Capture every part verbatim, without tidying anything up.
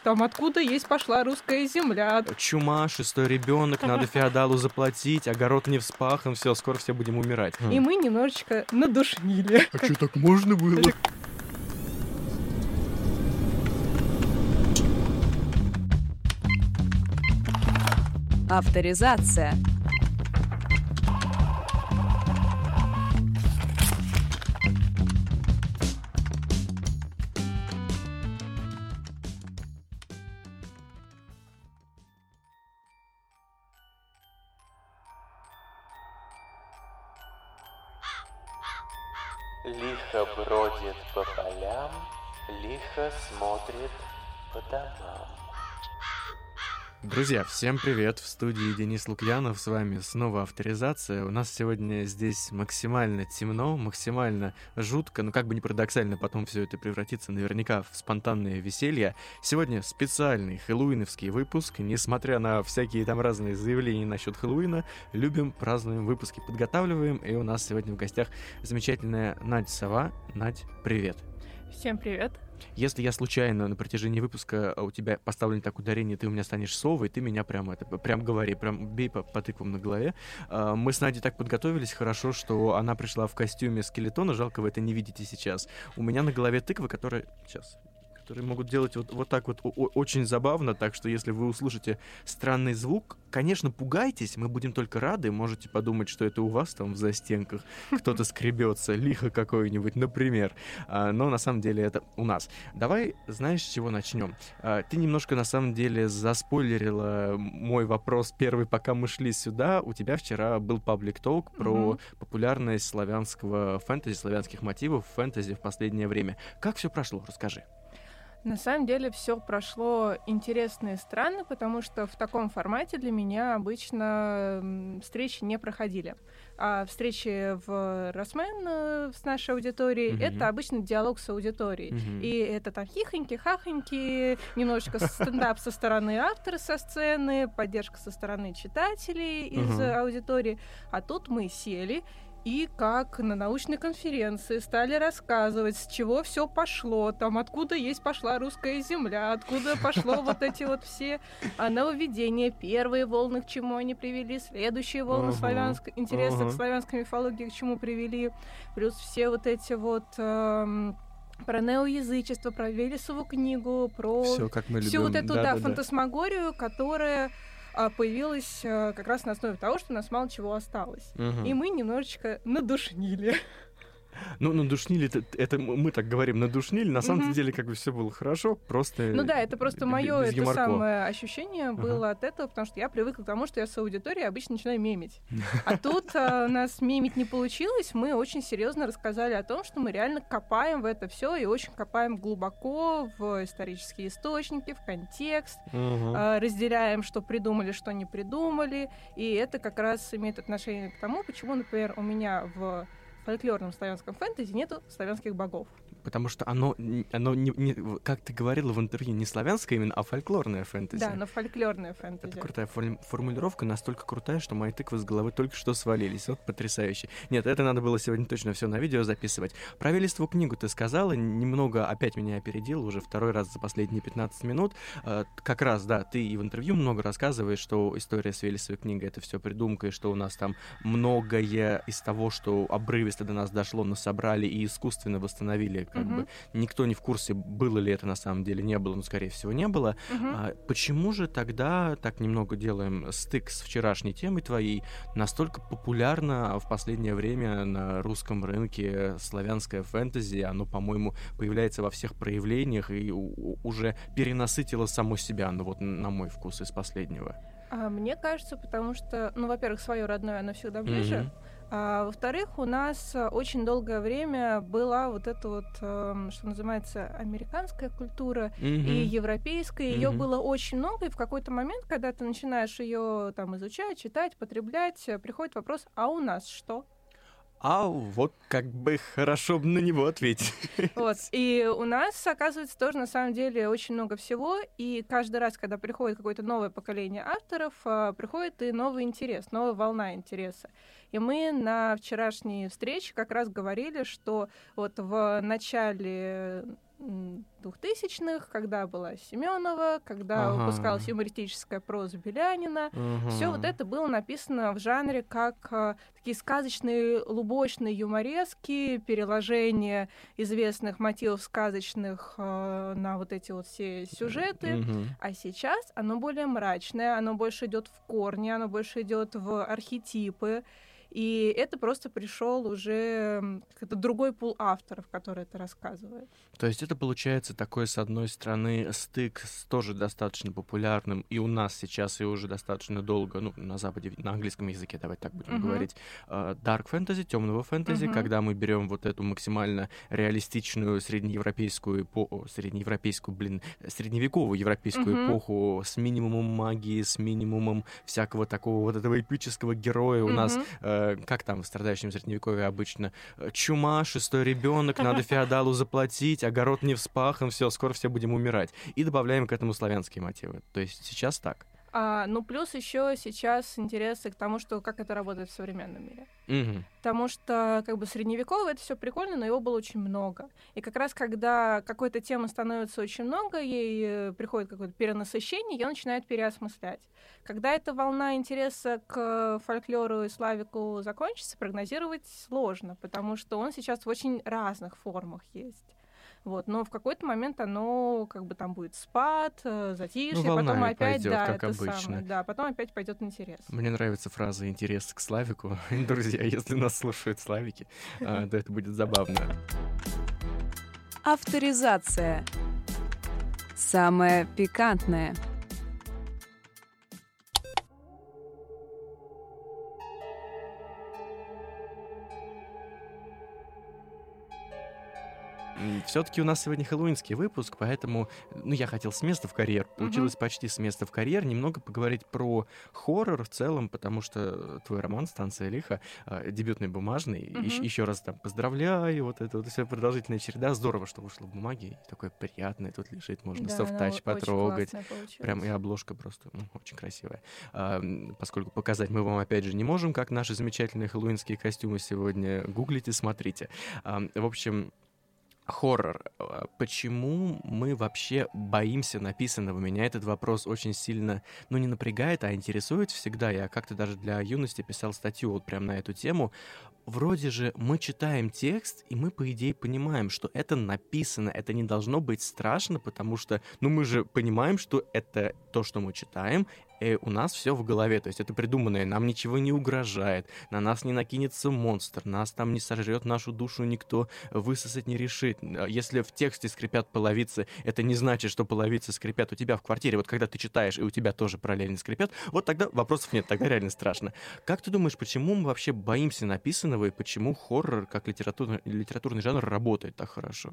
там откуда есть пошла русская земля. Чума, шестой ребенок, надо феодалу заплатить, огород не вспахан, все, скоро все будем умирать. И мы немножечко надушнили. А что, так можно было? Авторизация. Лихо бродит по полям, лихо смотрит по домам. Друзья, всем привет! В студии Денис Лукьянов, с вами снова авторизация. У нас сегодня здесь максимально темно, максимально жутко, но как бы не парадоксально, потом все это превратится наверняка в спонтанное веселье. Сегодня специальный хэллоуиновский выпуск. Несмотря на всякие там разные заявления насчет Хэллоуина, любим, празднуем, выпуски подготавливаем. И у нас сегодня в гостях замечательная Надя Сова. Надь, привет! Всем привет! Если я случайно на протяжении выпуска у тебя поставлен так ударение, ты у меня станешь совой, ты меня прям это прям говори, прям бей по, по тыквам на голове. А, мы с Надей так подготовились хорошо, что она пришла в костюме скелетона, жалко, вы это не видите сейчас. У меня на голове тыквы, которые... Сейчас... которые могут делать вот, вот так вот о- очень забавно, так что если вы услышите странный звук, конечно, пугайтесь, мы будем только рады, можете подумать, что это у вас там в застенках кто-то скребется, лихо какое-нибудь, например, а, но на самом деле это у нас. Давай, знаешь, с чего начнем? А, ты немножко на самом деле заспойлерила мой вопрос первый, пока мы шли сюда. У тебя вчера был паблик-толк про mm-hmm. популярность славянского фэнтези, славянских мотивов в фэнтези в последнее время. Как все прошло? Расскажи. На самом деле все прошло интересно и странно, потому что в таком формате для меня обычно встречи не проходили. А встречи в Росмен с нашей аудиторией mm-hmm. это обычно диалог с аудиторией. Mm-hmm. И это там хихоньки, хахоньки, немножечко стендап со стороны автора со сцены, поддержка со стороны читателей из mm-hmm. аудитории. А тут мы сели и как на научной конференции стали рассказывать, с чего все пошло, там откуда есть пошла русская земля, откуда пошло вот эти вот все нововведения, первые волны, к чему они привели, следующие волны славянской интереса к славянской мифологии, к чему привели, плюс все вот эти вот эм, про неоязычество, про Велесову книгу, про всё, как мы всю любим. вот эту да, да, да, фантасмагорию, которая появилась а, как раз на основе того, что у нас мало чего осталось. Угу. И мы немножечко надушнили. Ну, надушнили, это, это мы так говорим, надушнили, на самом mm-hmm. деле как бы все было хорошо, просто... Ну да, это просто б- мое это юморко. самое ощущение было uh-huh. от этого, потому что я привыкла к тому, что я с аудиторией обычно начинаю мемить. А тут а, у нас мемить не получилось, мы очень серьезно рассказали о том, что мы реально копаем в это все и очень копаем глубоко в исторические источники, в контекст, uh-huh. а, разделяем, что придумали, что не придумали, и это как раз имеет отношение к тому, почему, например, у меня в В фольклорном славянском фэнтези нету славянских богов. Потому что оно, оно не, не, как ты говорила в интервью, не славянское именно, а фольклорное фэнтези. Да, но фольклорное фэнтези. Это крутая фор- формулировка, настолько крутая, что мои тыквы с головы только что свалились. Вот потрясающе. Нет, это надо было сегодня точно все на видео записывать. Про Велесову книгу ты сказала, немного опять меня опередил, уже второй раз за последние пятнадцать минут. Э, как раз, да, ты и в интервью много рассказываешь, что история с Велесовой книгой — это все придумка, и что у нас там многое из того, что обрывисто до нас дошло, но собрали и искусственно восстановили. Как uh-huh. бы никто не в курсе, было ли это на самом деле, не было, но, скорее всего, не было. Uh-huh. А почему же тогда, так немного делаем стык с вчерашней темой твоей, настолько популярно в последнее время на русском рынке славянское фэнтези? Оно, по-моему, появляется во всех проявлениях и у- уже перенасытило само себя, ну вот на мой вкус из последнего. А мне кажется, потому что, ну, во-первых, свое родное, оно всегда ближе. Mm-hmm. А, во-вторых, у нас очень долгое время была вот эта вот, э, что называется, американская культура mm-hmm. и европейская. Ее mm-hmm. было очень много, и в какой-то момент, когда ты начинаешь ее там изучать, читать, потреблять, приходит вопрос: а у нас что? А вот как бы хорошо бы на него ответить. Вот. И у нас, оказывается, тоже на самом деле очень много всего, и каждый раз, когда приходит какое-то новое поколение авторов, приходит и новый интерес, новая волна интереса. И мы на вчерашней встрече как раз говорили, что вот в начале двухтысячных, когда была Семенова, когда Ага. выпускалась юмористическая проза Белянина. Ага. Все вот это было написано в жанре как э, такие сказочные, лубочные юморески, переложения известных мотивов сказочных э, на вот эти вот все сюжеты. Мгм. А сейчас оно более мрачное, оно больше идет в корни, оно больше идет в архетипы. И это просто пришел уже м, какой-то другой пул авторов, которые это рассказывают. То есть это получается такой, с одной стороны, стык с тоже достаточно популярным и у нас сейчас, и уже достаточно долго, ну, на Западе, на английском языке, давайте так будем Мгм. говорить, э, dark fantasy, темного фэнтези, Мгм. когда мы берем вот эту максимально реалистичную среднеевропейскую эпоху, среднеевропейскую, блин, средневековую европейскую Мгм. эпоху с минимумом магии, с минимумом всякого такого вот этого эпического героя. У нас, Мгм. э, как там в страдающем средневековье обычно, э, чума, шестой ребенок, надо феодалу заплатить, огород не вспахан, все, скоро все будем умирать. И добавляем к этому славянские мотивы. То есть сейчас так. А, ну, плюс еще сейчас интересы к тому, что как это работает в современном мире. Мгм. Потому что, как бы, средневековое это все прикольно, но его было очень много. И как раз когда какой-то темы становится очень много, ей э, приходит какое-то перенасыщение, ее начинают переосмыслять. Когда эта волна интереса к фольклору и славику закончится, прогнозировать сложно, потому что он сейчас в очень разных формах есть. Вот, но в какой-то момент оно как бы там будет спад, э, затишье, Ну, волнами потом опять, пойдёт, да, как это обычно. самое, да, потом опять пойдет интерес. Мне нравится фраза «интерес к Славику». Друзья, если нас слушают славики, а, то это будет забавно. Авторизация. Самое пикантное. Все-таки у нас сегодня хэллоуинский выпуск, поэтому, ну, я хотел с места в карьер. Получилось почти с места в карьер. Немного поговорить про хоррор в целом, потому что твой роман «Станция лиха», э, дебютный бумажный. Мгм. Еще, еще раз там поздравляю, вот это вот вся продолжительная череда. Здорово, что вышло в бумаге. Такое приятное тут лежит, можно Да, софт-тач она потрогать. очень классная получилась. Прям и обложка просто ну, очень красивая. А, м, поскольку показать мы вам опять же не можем, как наши замечательные хэллоуинские костюмы сегодня, гуглите, смотрите. А, в общем, хоррор. А, Почему мы вообще боимся написанного? Меня этот вопрос очень сильно, ну, не напрягает, а интересует всегда. Я как-то даже для юности писал статью вот прям на эту тему. Вроде же мы читаем текст, и мы, по идее, понимаем, что это написано, это не должно быть страшно, потому что, ну, мы же понимаем, что это то, что мы читаем, и у нас все в голове, то есть это придуманное, нам ничего не угрожает, на нас не накинется монстр, нас там не сожрет нашу душу никто, высосать не решит. Если в тексте скрипят половицы, это не значит, что половицы скрипят у тебя в квартире. Вот когда ты читаешь, и у тебя тоже параллельно скрипят, вот тогда вопросов нет, тогда реально страшно. Как ты думаешь, почему мы вообще боимся написанного, и почему хоррор как литературный, литературный жанр работает так хорошо?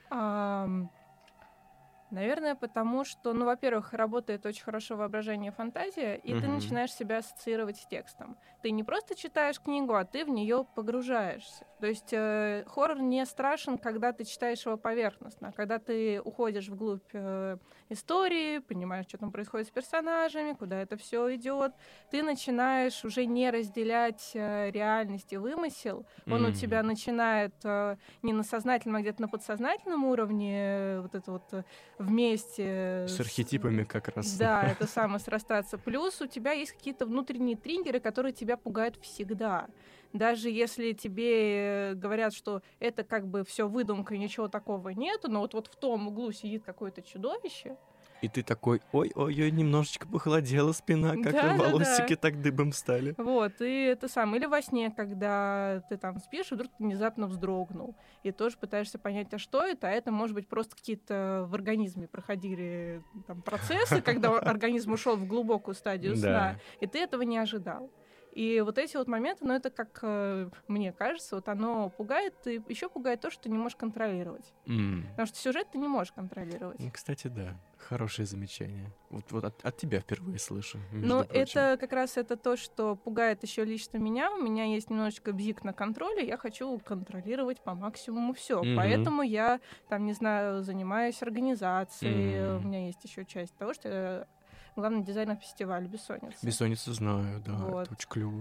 Ам, Наверное, потому что, ну, во-первых, работает очень хорошо воображение и фантазия, и ты Мгм. начинаешь себя ассоциировать с текстом. Ты не просто читаешь книгу, а ты в нее погружаешься. То есть э, хоррор не страшен, когда ты читаешь его поверхностно, а когда ты уходишь вглубь э, истории, понимаешь, что там происходит с персонажами, куда это все идет, ты начинаешь уже не разделять э, реальность и вымысел. Он у Мгм. тебя начинает э, не на сознательном, а где-то на подсознательном уровне э, вот это вот э, вместе С архетипами как раз. Да, это самое срастаться. Плюс у тебя есть какие-то внутренние триггеры, которые тебя пугают всегда. Даже если тебе говорят, что это как бы все выдумка и ничего такого нету, но вот, вот в том углу сидит какое-то чудовище. И ты такой, ой-ой-ой, немножечко похолодела спина, как-то Да-да-да. волосики так дыбом стали. Вот, и это самое. Или во сне, когда ты там спишь, и вдруг ты внезапно вздрогнул. И тоже пытаешься понять, а что это? А это, может быть, просто какие-то в организме проходили там, процессы, когда организм ушел в глубокую стадию сна, Да. и ты этого не ожидал. И вот эти вот моменты, ну, это, как э, мне кажется, вот оно пугает, и еще пугает то, что ты не можешь контролировать. М. Потому что сюжет ты не можешь контролировать. Ну, кстати, да, хорошее замечание. Вот, вот от, от тебя впервые слышу. между Ну, прочим. это как раз это то, что пугает еще лично меня. У меня есть немножечко бзик на контроле. Я хочу контролировать по максимуму все. Мгм. Поэтому я, там, не знаю, занимаюсь организацией. Мгм. У меня есть еще часть того, что я главный дизайнер фестиваля «Бессонница». Бессонницу знаю, да, Вот. это очень клево.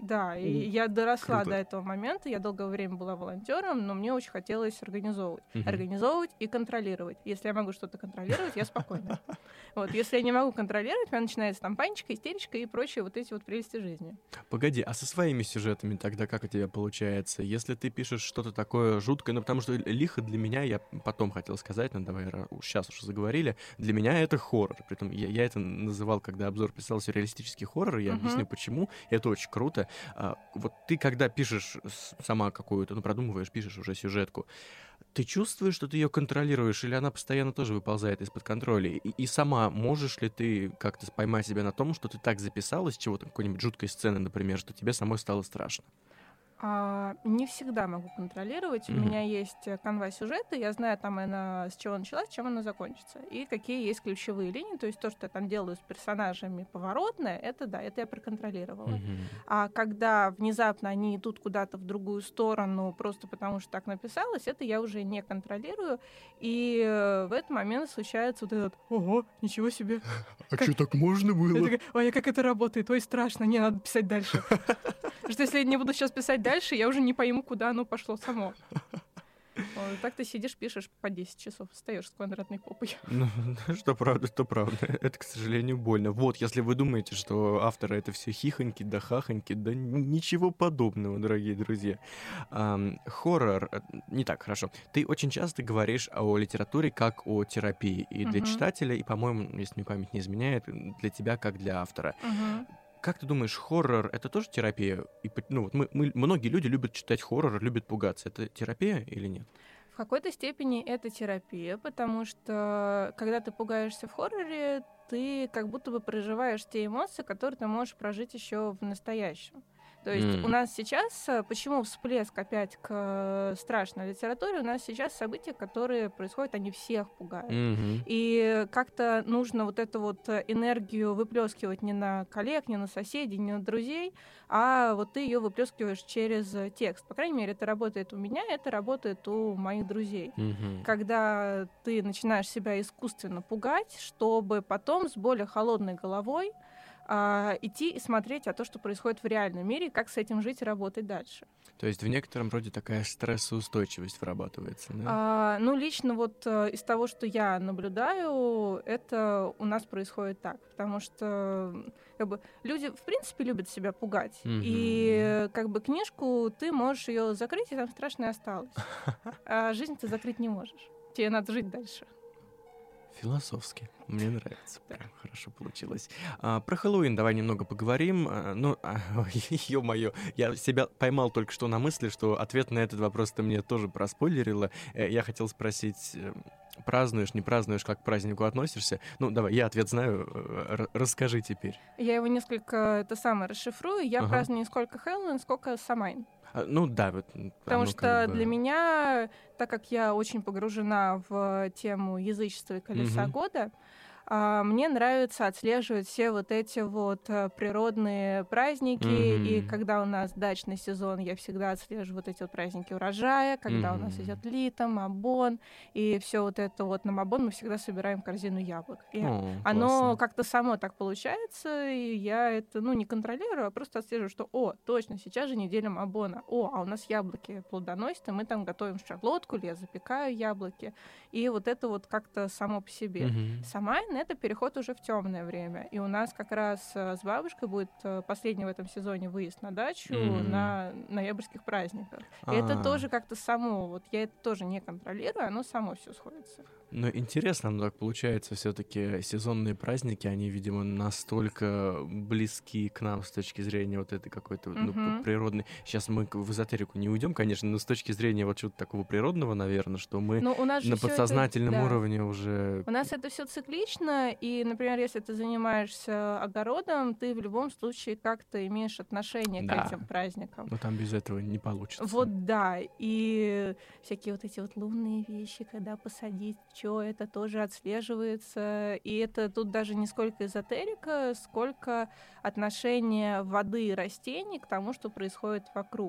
Да, и я доросла Круто. до этого момента, я долгое время была волонтером, но мне очень хотелось организовывать. Мгм. Организовывать и контролировать. Если я могу что-то контролировать, я спокойна. Вот, если я не могу контролировать, у меня начинается там паничка, истеричка и прочие вот эти вот прелести жизни. Погоди, а со своими сюжетами тогда как у тебя получается? Если ты пишешь что-то такое жуткое, ну потому что лихо для меня, я потом хотел сказать, ну давай, сейчас уже заговорили, для меня это хоррор. Притом я, я это называл, когда обзор писал сюрреалистический хоррор, я Мгм. объясню почему, и это очень круто. А, вот ты когда пишешь с- сама какую-то, ну продумываешь, пишешь уже сюжетку, ты чувствуешь, что ты ее контролируешь, или она постоянно тоже выползает из-под контроля? И, и сама можешь ли ты как-то поймать себя на том, что ты так записалась чего-то, какой-нибудь жуткой сцены, например, что тебе самой стало страшно? А, не всегда могу контролировать. У Мгм. меня есть э, канва сюжета, я знаю, там она с чего началась, чем она закончится. И какие есть ключевые линии. То есть то, что я там делаю с персонажами поворотное, это да, это я проконтролировала. Мгм. А когда внезапно они идут куда-то в другую сторону, просто потому что так написалось, это я уже не контролирую. И э, в этот момент случается вот этот «Ого, ничего себе!» А Как- что, так можно Я было? такая, ой, а как это работает? Ой, страшно, не, надо писать дальше. Потому что если я не буду сейчас писать дальше, я уже не пойму, куда оно пошло само. Вот, так ты сидишь, пишешь по десять часов, встаешь с квадратной попой. Ну, что правда, то правда. Это, к сожалению, больно. Вот, если вы думаете, что авторы это все хихоньки да хахоньки, да н- ничего подобного, дорогие друзья. Ам, хоррор, э, не так, хорошо. Ты очень часто говоришь о литературе как о терапии. И для Мгм. читателя, и, по-моему, если мне память не изменяет, для тебя как для автора. Мгм. Как ты думаешь, хоррор — это тоже терапия? И, по- ну, вот мы, мы- многие люди любят читать хоррор, любят пугаться. Это терапия или нет? В какой-то степени это терапия, потому что когда ты пугаешься в хорроре, ты как будто бы проживаешь те эмоции, которые ты можешь прожить еще в настоящем. То есть М. у нас сейчас, э, почему всплеск опять к э, страшной литературе, у нас сейчас события, которые происходят, они всех пугают. Мгм. И как-то нужно вот эту вот э, энергию выплескивать не на коллег, не на соседей, не на друзей, а вот ты ее выплескиваешь через э, текст. По крайней мере, это работает у меня, это работает у моих друзей. Мгм. Когда ты начинаешь себя искусственно пугать, чтобы потом с более холодной головой а, идти и смотреть, а то, что происходит в реальном мире, как с этим жить и работать дальше. То есть в некотором роде такая стрессоустойчивость вырабатывается, да? А, ну, лично вот э, из того, что я наблюдаю, это у нас происходит так, потому что м, как бы, люди, в принципе, любят себя пугать, Мгм. и э, как бы книжку ты можешь ее закрыть, и там страшное осталось, а жизнь ты закрыть не можешь, тебе надо жить дальше. Философски. Мне нравится. Прям хорошо получилось. А, про Хэллоуин давай немного поговорим. А, ну, а, ё-моё, я себя поймал только что на мысли, что ответ на этот вопрос ты мне тоже проспойлерила. Э, Я хотел спросить, э, празднуешь, не празднуешь, как к празднику относишься? Ну, давай, я ответ знаю. э, р- Расскажи теперь. Я его несколько, это самое, расшифрую, я Ага. праздную не сколько Хэллоуин, сколько Самайн. А, Ну, да, вот. м, Потому оно что как бы- для меня, так как я очень погружена в тему язычества и колеса Мгм. года, а, мне нравится отслеживать все вот эти вот э, природные праздники. И Мгм. когда у нас дачный сезон, я всегда отслеживаю вот эти вот праздники урожая, когда у нас Мгм. идет лето, мабон, и все вот это вот на мабон мы всегда собираем корзину яблок. И О, оно классно. как-то само так получается, и я это, ну, не контролирую, а просто отслеживаю, что, о, точно, сейчас же неделя мабона, о, а у нас яблоки плодоносят, и мы там готовим шарлотку, или я запекаю яблоки, и вот это вот как-то само по себе. Мгм. Самайн — это переход уже в темное время, и у нас как раз э, с бабушкой будет э, последний в этом сезоне выезд на дачу Мгм. на ноябрьских праздниках. И это А. тоже как-то само, вот я это тоже не контролирую, оно само все сходится. Ну, интересно, оно так получается, все-таки сезонные праздники, они, видимо, настолько близки к нам с точки зрения вот этой какой-то ну, Мгм. п- природной. Сейчас мы к- в эзотерику не уйдем, конечно, но с точки зрения вот чего-то такого природного, наверное, что мы Но у нас же на всё это- подсознательном да. уровне уже... У нас это все циклично, и, например, если ты занимаешься огородом, ты в любом случае как-то имеешь отношение Да. к этим праздникам. Ну, там без этого не получится. Вот да, и всякие вот эти вот лунные вещи, когда посадить, что это тоже отслеживается, и это тут даже не сколько эзотерика, сколько отношение воды и растений к тому, что происходит вокруг.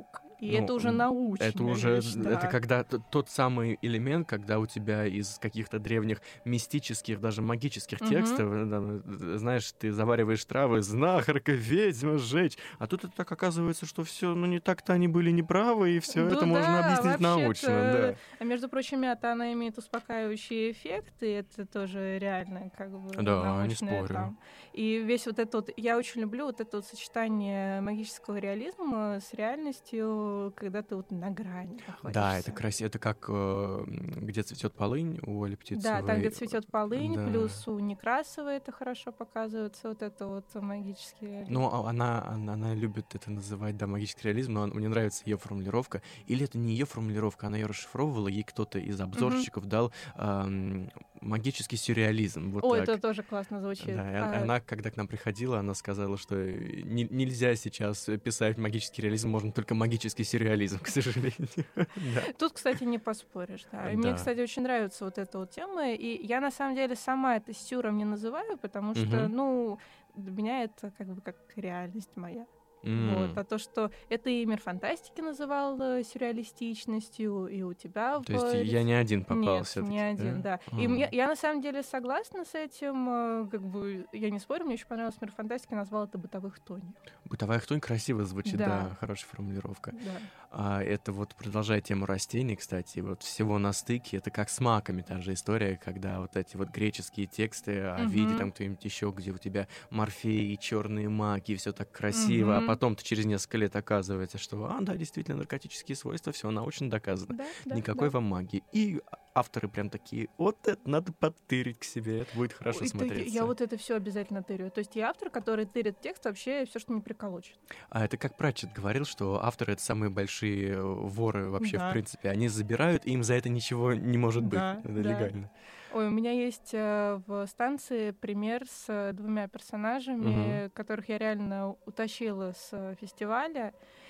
И Ну, это уже научная Это уже, вещь, да. это когда т- тот самый элемент, когда у тебя из каких-то древних мистических, даже магических Мгм. текстов, э, да, э, знаешь, ты завариваешь травы, знахарка, ведьма, сжечь, а тут это так оказывается, что все, ну не так-то они были неправы, и все Ну это можно да, объяснить вообще-то, научно, да. А между прочим, мята, она имеет успокаивающий эффект, и это тоже реально как бы Да, не научное спорю. там. И весь вот это вот, я очень люблю вот это вот сочетание магического реализма с реальностью, когда ты вот на грани находишься. Да, это красиво, это как э, где цветет полынь у Оли Птицевой. Да, там, где цветет полынь, Да. плюс у Некрасовой это хорошо показывается, вот это вот магический реализм. Ну, а она, она, она любит это называть, да, магический реализм, но он- мне нравится ее формулировка. Или это не ее формулировка, она ее расшифровывала, ей кто-то из обзорщиков дал ам, магический сюрреализм. Вот Ой, так. это тоже классно звучит. Да, и А, она, когда к нам приходила, она сказала, что э, не- нельзя сейчас писать магический реализм, можно только магический сюрреализм, к сожалению. Да. Тут, кстати, не поспоришь, да. И мне, Да. кстати, очень нравится вот эта вот тема. И я, на самом деле, сама это сюром не называю, потому что, Мгм. ну, для меня это как бы как реальность моя. М. Вот. А то, что это и мир фантастики называл э, сюрреалистичностью, и у тебя То есть в... я не один попал Нет, всё-таки, не один, да. И А. мне, я на самом деле согласна с этим, э, как бы, я не спорю, мне очень понравился мир фантастики, назвал это бытовых Тони. Бытовая хтонь красиво звучит, да, Да. хорошая формулировка. Да. А это вот, продолжая тему растений, кстати, вот всего на стыке, это как с маками та же история, когда вот эти вот греческие тексты о виде Мгм. там кто-нибудь еще, где у тебя морфеи, черные маки, и все так красиво, Мгм. а потом ты через несколько лет оказывается, что, а, да, действительно, наркотические свойства, все научно доказано. Да, да, Никакой да. вам магии. И авторы прям такие, вот это надо подтырить к себе, это будет хорошо Ой, да, я- смотреться. Я вот это все обязательно тырю. То есть я автор, который тырит текст вообще все, что не приколочит. А это как Пратчетт говорил, что авторы — это самые большие э, воры вообще, Да. в принципе. Они забирают, и им за это ничего не может быть. Да, Это да. легально. Ой, у меня есть э, в станции пример с э, двумя персонажами, которых я реально утащила с э, фестиваля.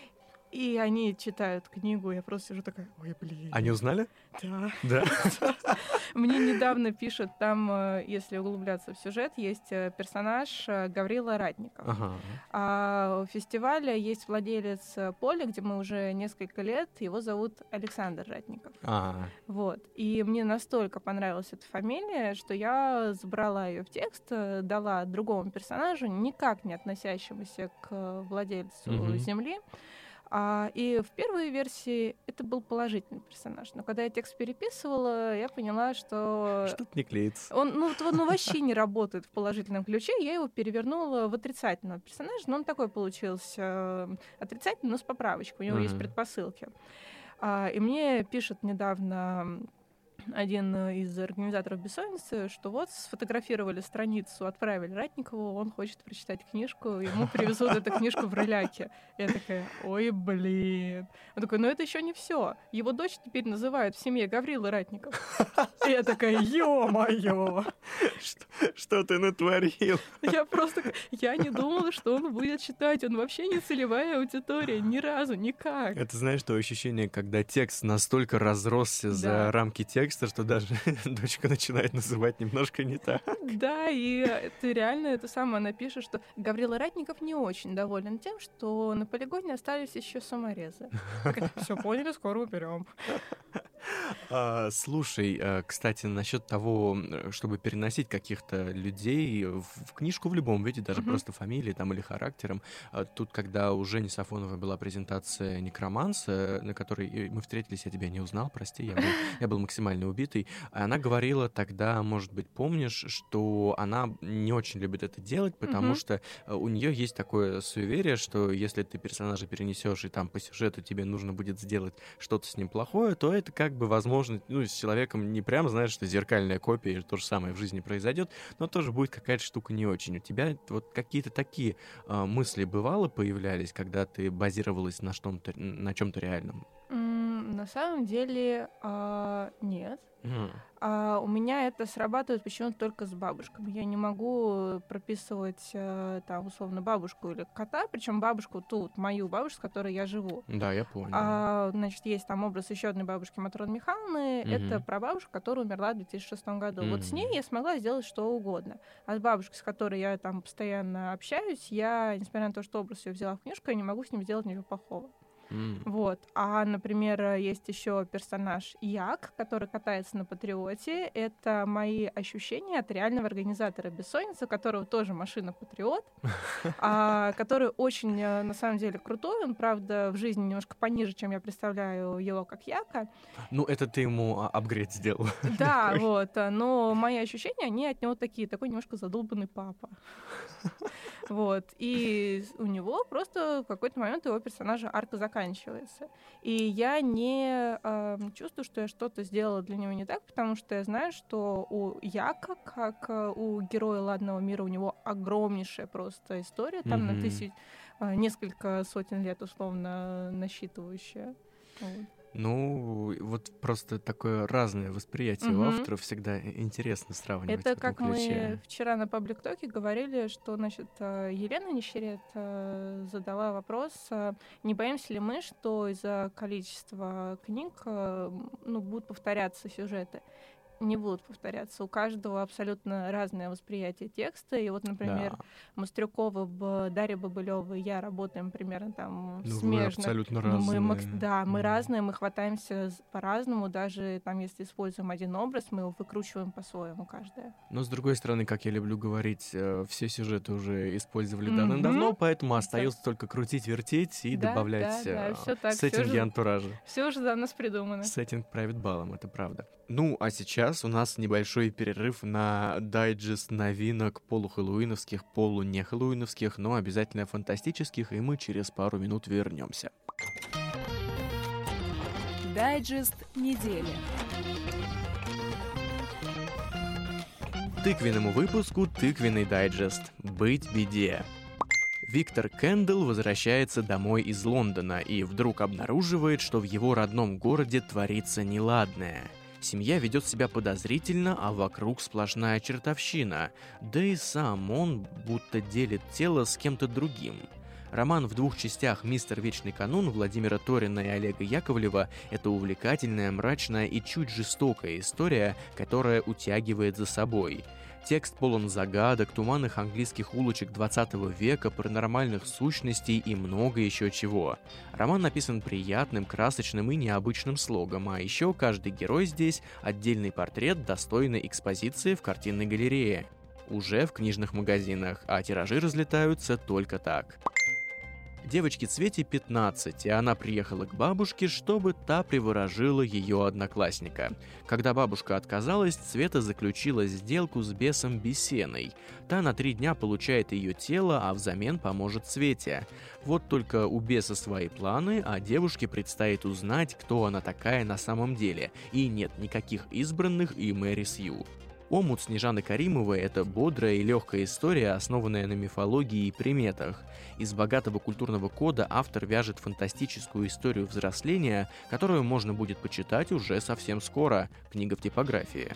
И они читают книгу, я просто сижу такая, ой, блин. Они узнали? Да. Да. Мне недавно пишут, там, э, если углубляться в сюжет, есть э, персонаж э, Гаврила Ратников. Ага. А у фестиваля есть владелец э, поля, где мы уже несколько лет, его зовут Александр Ратников. А, Вот. И мне настолько понравилась эта фамилия, что я забрала ее в текст, э, дала другому персонажу, никак не относящемуся к э, владельцу Мгм. земли. А, и в первой версии это был положительный персонаж. Но когда я текст переписывала, я поняла, что что-то не клеится. он ну, вот он ну, вообще не работает в положительном ключе. Я его перевернула в отрицательного персонажа, но он такой получился э, отрицательный, но с поправочкой. У него есть Мгм. предпосылки. А, и мне пишет недавно один из организаторов «Бессонницы», что вот сфотографировали страницу, отправили Ратникову, он хочет прочитать книжку, ему привезут эту книжку в роляке. Я такая, ой, блин. Он такой, ну это еще не все. Его дочь теперь называют в семье Гаврила Ратников. И я такая, ё-моё. Что, что ты натворил? Я просто, я не думала, что он будет читать. Он вообще не целевая аудитория, ни разу, никак. Это, знаешь, то ощущение, когда текст настолько разросся за Да. рамки текста, что даже дочка начинает называть немножко не так. Да, и это реально это самое напишет, что Гаврила Ратников не очень доволен тем, что на полигоне остались еще саморезы. Все поняли, скоро уберем. А, слушай, а, кстати, насчет того, м, чтобы переносить каких-то людей в, в книжку в любом виде, даже Мгм. просто фамилией там или характером. А, тут, когда у Жени Сафоновой была презентация «Некроманса», на которой э, мы встретились, я тебя не узнал, прости, я был, я был максимально убитый. А Она говорила тогда, может быть, помнишь, что она не очень любит это делать, потому Мгм. что э, у нее есть такое суеверие, что если ты персонажа перенесешь и там по сюжету тебе нужно будет сделать что-то с ним плохое, то это как бы возможно, ну, с человеком не прям, знаешь, что зеркальная копия, и то же самое в жизни произойдет, но тоже будет какая-то штука не очень. У тебя вот какие-то такие а, мысли бывало появлялись, когда ты базировалась на что-то, на чем-то реальном? М, На самом деле а, нет. М. А у меня это срабатывает почему-то только с бабушками. Я не могу прописывать э, там условно бабушку или кота, причем бабушку ту вот мою бабушку, с которой я живу. Да, я понял. А, значит, есть там образ еще одной бабушки Матроны Михайловны. Мгм. Это прабабушка, которая умерла в две тысячи шестом году. Вот с Мгм. ней я смогла сделать что угодно. А с бабушкой, с которой я там постоянно общаюсь, я, несмотря на то, что образ ее взяла в книжку, я не могу с ним сделать ничего плохого. М. Вот. А, например, есть еще персонаж Як, который катается на Патриоте. Это мои ощущения от реального организатора Бессонницы, у которого тоже машина Патриот, а, который очень, э, на самом деле, крутой. Он, правда, в жизни немножко пониже, чем я представляю его как Яка. Ну, это ты ему а, апгрейд сделал. Да, вот. а, Но мои ощущения, они от него такие, такой немножко задолбанный папа. Вот. И у него просто в какой-то момент его персонажа арка заканчивается. И я не э, чувствую, что я что-то сделала для него не так, потому что я знаю, что у Яка, как э, у героя «Ладного мира», у него огромнейшая просто история, там Мгм. на тысяч, э, несколько сотен лет условно насчитывающая. Вот. Ну, вот просто такое разное восприятие у Мгм. авторов, всегда и- интересно сравнивать в Это этом как ключе. мы вчера на паблик-токе говорили, что, значит, э, Елена Нищерет э, задала вопрос, э, не боимся ли мы, что из-за количества книг э, м, ну, будут повторяться сюжеты. Не будут повторяться. У каждого абсолютно разное восприятие текста. И вот, например, Да. Мастрюкова, Б- Дарья Бобылева и я работаем примерно там в Ну, вы смежных. абсолютно Мы макс- разные. да, мы М. разные, мы хватаемся з- по-разному, даже там, если используем один образ, мы его выкручиваем по-своему каждая. Но, с другой стороны, как я люблю говорить, э, все сюжеты уже использовали Мгм. давным-давно, поэтому Да. остается только крутить, вертеть и Да, добавлять да, да, э, всё так, всё сеттинги же- антуража. Все уже за нас придумано. Сеттинг правит балом, это правда. Ну, а сейчас у нас небольшой перерыв на дайджест новинок полухэллоуиновских, полунехэллоуиновских, но обязательно фантастических, и мы через пару минут вернемся. Дайджест недели. Тыквенному выпуску тыквенный дайджест. Быть беде. Виктор Кэндл возвращается домой из Лондона и вдруг обнаруживает, что в его родном городе творится неладное. Семья ведет себя подозрительно, а вокруг сплошная чертовщина. Да и сам он будто делит тело с кем-то другим. Роман в двух частях «Мистер Вечный канун» Владимира Торина и Олега Яковлева — это увлекательная, мрачная и чуть жестокая история, которая утягивает за собой. Текст полон загадок, туманных английских улочек двадцатого века, паранормальных сущностей и много еще чего. Роман написан приятным, красочным и необычным слогом, а еще каждый герой здесь — отдельный портрет, достойной экспозиции в картинной галерее. Уже в книжных магазинах, а тиражи разлетаются только так. Девочке Цвете пятнадцать, и она приехала к бабушке, чтобы та приворожила ее одноклассника. Когда бабушка отказалась, Цвета заключила сделку с бесом Бесеной. Та на три дня получает ее тело, а взамен поможет Цвете. Вот только у беса свои планы, а девушке предстоит узнать, кто она такая на самом деле. И нет никаких избранных и Мэри Сью. «Омут» Снежаны Каримовой — это бодрая и легкая история, основанная на мифологии и приметах. Из богатого культурного кода автор вяжет фантастическую историю взросления, которую можно будет почитать уже совсем скоро. Книга в типографии.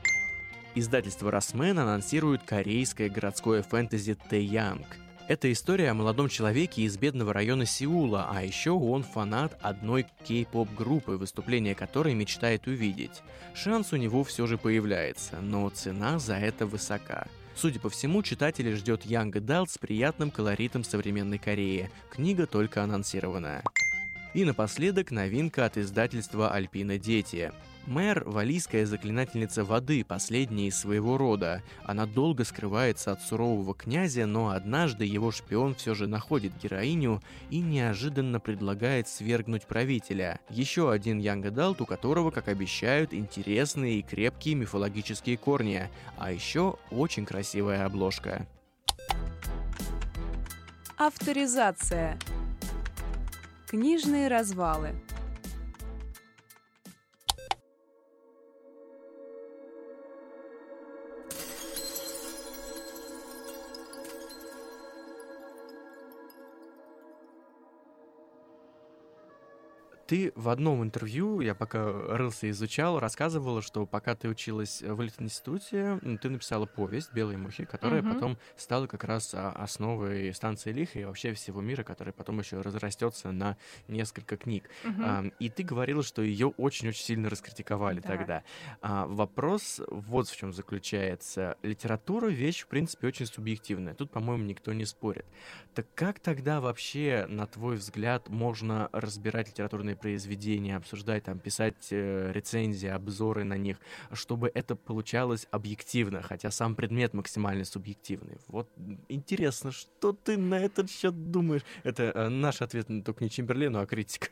Издательство «Росмен» анонсирует корейское городское фэнтези «Тэянг». Это история о молодом человеке из бедного района Сеула, а еще он фанат одной кей-поп-группы, выступление которой мечтает увидеть. Шанс у него все же появляется, но цена за это высока. Судя по всему, читателей ждет Young Adult с приятным колоритом современной Кореи. Книга только анонсирована. И напоследок новинка от издательства «Альпина Дети». Мэр — валлийская заклинательница воды, последняя из своего рода. Она долго скрывается от сурового князя, но однажды его шпион все же находит героиню и неожиданно предлагает свергнуть правителя. Еще один Young Adult, у которого, как обещают, интересные и крепкие мифологические корни. А еще очень красивая обложка. Авторизация. Книжные развалы. Ты в одном интервью, я пока рылся и изучал, рассказывала, что пока ты училась в Литинституте, ты написала повесть «Белые мухи», которая Мгм. потом стала как раз а, основой станции Лиха и вообще всего мира, которая потом еще разрастется на несколько книг. Мгм. А, И ты говорила, что ее очень-очень сильно раскритиковали Да. тогда. А, Вопрос вот в чем заключается. Литература — вещь, в принципе, очень субъективная. Тут, по-моему, никто не спорит. Так как тогда вообще, на твой взгляд, можно разбирать литературные произведения, обсуждать, там, писать э, рецензии, обзоры на них, чтобы это получалось объективно, хотя сам предмет максимально субъективный? Вот м, интересно, что ты на этот счет думаешь? Это э, наш ответ н- только не Чемберлену, а критика.